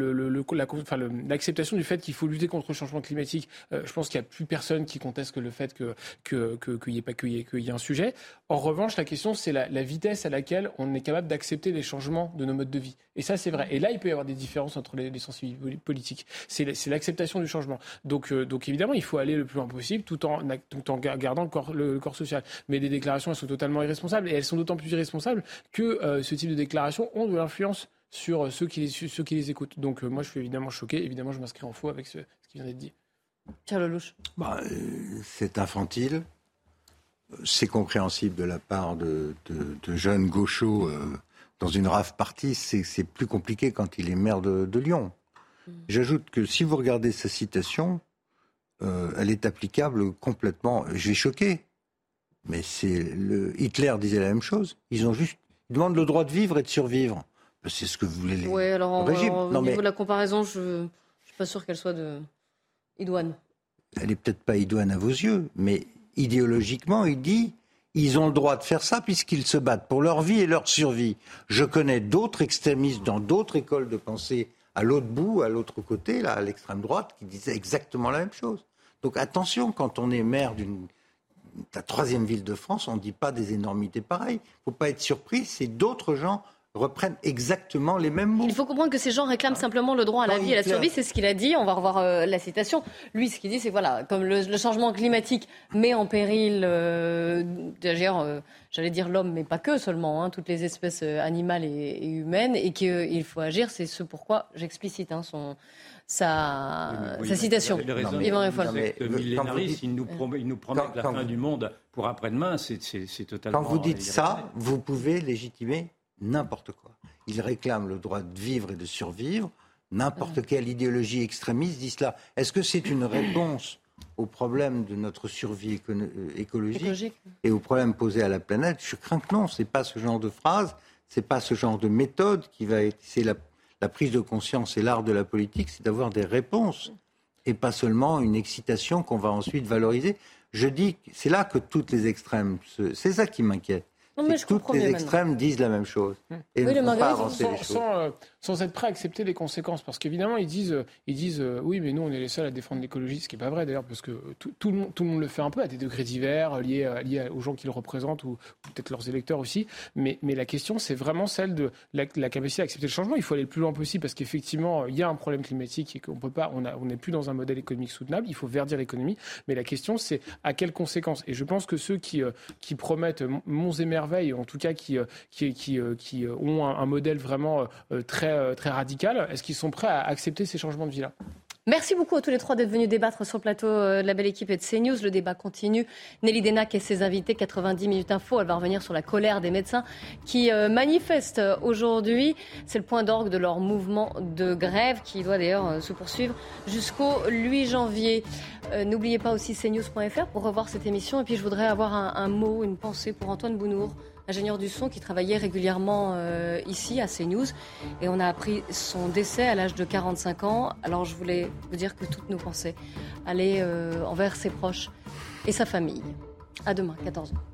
l'acceptation du fait qu'il faut lutter contre le changement climatique, je pense qu'il n'y a plus personne qui conteste le fait qu'il y ait un sujet. En revanche, la question, c'est la vitesse à laquelle on est capable d'accepter les changements de nos modes de vie. Et ça, c'est vrai. Et là, il peut y avoir des différences entre les sensibilités politiques. C'est l'acceptation du changement. Donc évidemment, il faut aller le plus loin possible tout en gardant le corps social. Mais les déclarations, elles sont totalement irresponsables. Et elles sont d'autant plus irresponsables que ce type de déclarations ont de l'influence sur ceux qui les écoutent. Donc moi, je suis évidemment choqué. Évidemment, je m'inscris en faux avec ce qui vient d'être dit. Pierre Lelouch. C'est infantile. C'est compréhensible de la part de jeunes gauchos dans une rave partie. C'est plus compliqué quand il est maire de Lyon. J'ajoute que si vous regardez sa citation, elle est applicable complètement. Je vais choquer. Mais Hitler disait la même chose. Ils demandent le droit de vivre et de survivre. C'est ce que voulait les Oui, alors au niveau de la comparaison, je ne suis pas sûr qu'elle soit idoine. Elle n'est peut-être pas idoine à vos yeux, mais idéologiquement, il dit ils ont le droit de faire ça puisqu'ils se battent pour leur vie et leur survie. Je connais d'autres extrémistes dans d'autres écoles de pensée à l'autre bout, à l'autre côté, là, à l'extrême droite, qui disaient exactement la même chose. Donc attention, quand on est maire de la 3e ville de France, on ne dit pas des énormités pareilles. Il ne faut pas être surpris, c'est d'autres gens reprennent exactement les mêmes mots. Il faut comprendre que ces gens réclament simplement le droit à la vie et à la survie, c'est ce qu'il a dit, on va revoir la citation. Lui, ce qu'il dit, c'est voilà, comme le changement climatique met en péril, j'allais dire l'homme, mais pas que seulement, toutes les espèces animales et humaines, et qu'il faut agir, c'est ce pourquoi j'explicite sa citation. Il nous promet la fin du monde pour après-demain, c'est totalement... Quand vous dites ça, vous pouvez légitimer n'importe quoi. Ils réclament le droit de vivre et de survivre. N'importe quelle idéologie extrémiste dit cela. Est-ce que c'est une réponse au problème de notre survie écologique et aux problèmes posés à la planète? Je crains que non. C'est pas ce genre de phrase, c'est pas ce genre de méthode qui va être... C'est la prise de conscience et l'art de la politique, c'est d'avoir des réponses et pas seulement une excitation qu'on va ensuite valoriser. Je dis, c'est là que toutes les extrêmes, c'est ça qui m'inquiète. Non, mais toutes les extrêmes disent la même chose. Et ne font pas avancer les choses. Sans être prêt à accepter les conséquences. Parce qu'évidemment, ils disent oui, mais nous, on est les seuls à défendre l'écologie. Ce qui n'est pas vrai, d'ailleurs, parce que tout le monde le fait un peu, à des degrés divers, liés aux gens qui le représentent, ou peut-être leurs électeurs aussi. Mais la question, c'est vraiment celle de la capacité à accepter le changement. Il faut aller le plus loin possible, parce qu'effectivement, il y a un problème climatique et qu'on peut pas, on n'est plus dans un modèle économique soutenable. Il faut verdir l'économie. Mais la question, c'est à quelles conséquences. Et je pense que ceux qui promettent monts et merveilles, en tout cas qui ont un modèle vraiment très radical, est-ce qu'ils sont prêts à accepter ces changements de vie-là ? Merci beaucoup à tous les trois d'être venus débattre sur le plateau de la belle équipe et de CNews. Le débat continue. Nelly Denac et ses invités, 90 minutes info. Elle va revenir sur la colère des médecins qui manifestent aujourd'hui. C'est le point d'orgue de leur mouvement de grève qui doit d'ailleurs se poursuivre jusqu'au 8 janvier. N'oubliez pas aussi cnews.fr pour revoir cette émission. Et puis je voudrais avoir un mot, une pensée pour Antoine Bounour, ingénieur du son qui travaillait régulièrement ici à CNews. Et on a appris son décès à l'âge de 45 ans. Alors je voulais vous dire que toutes nos pensées allaient envers ses proches et sa famille. À demain, 14h.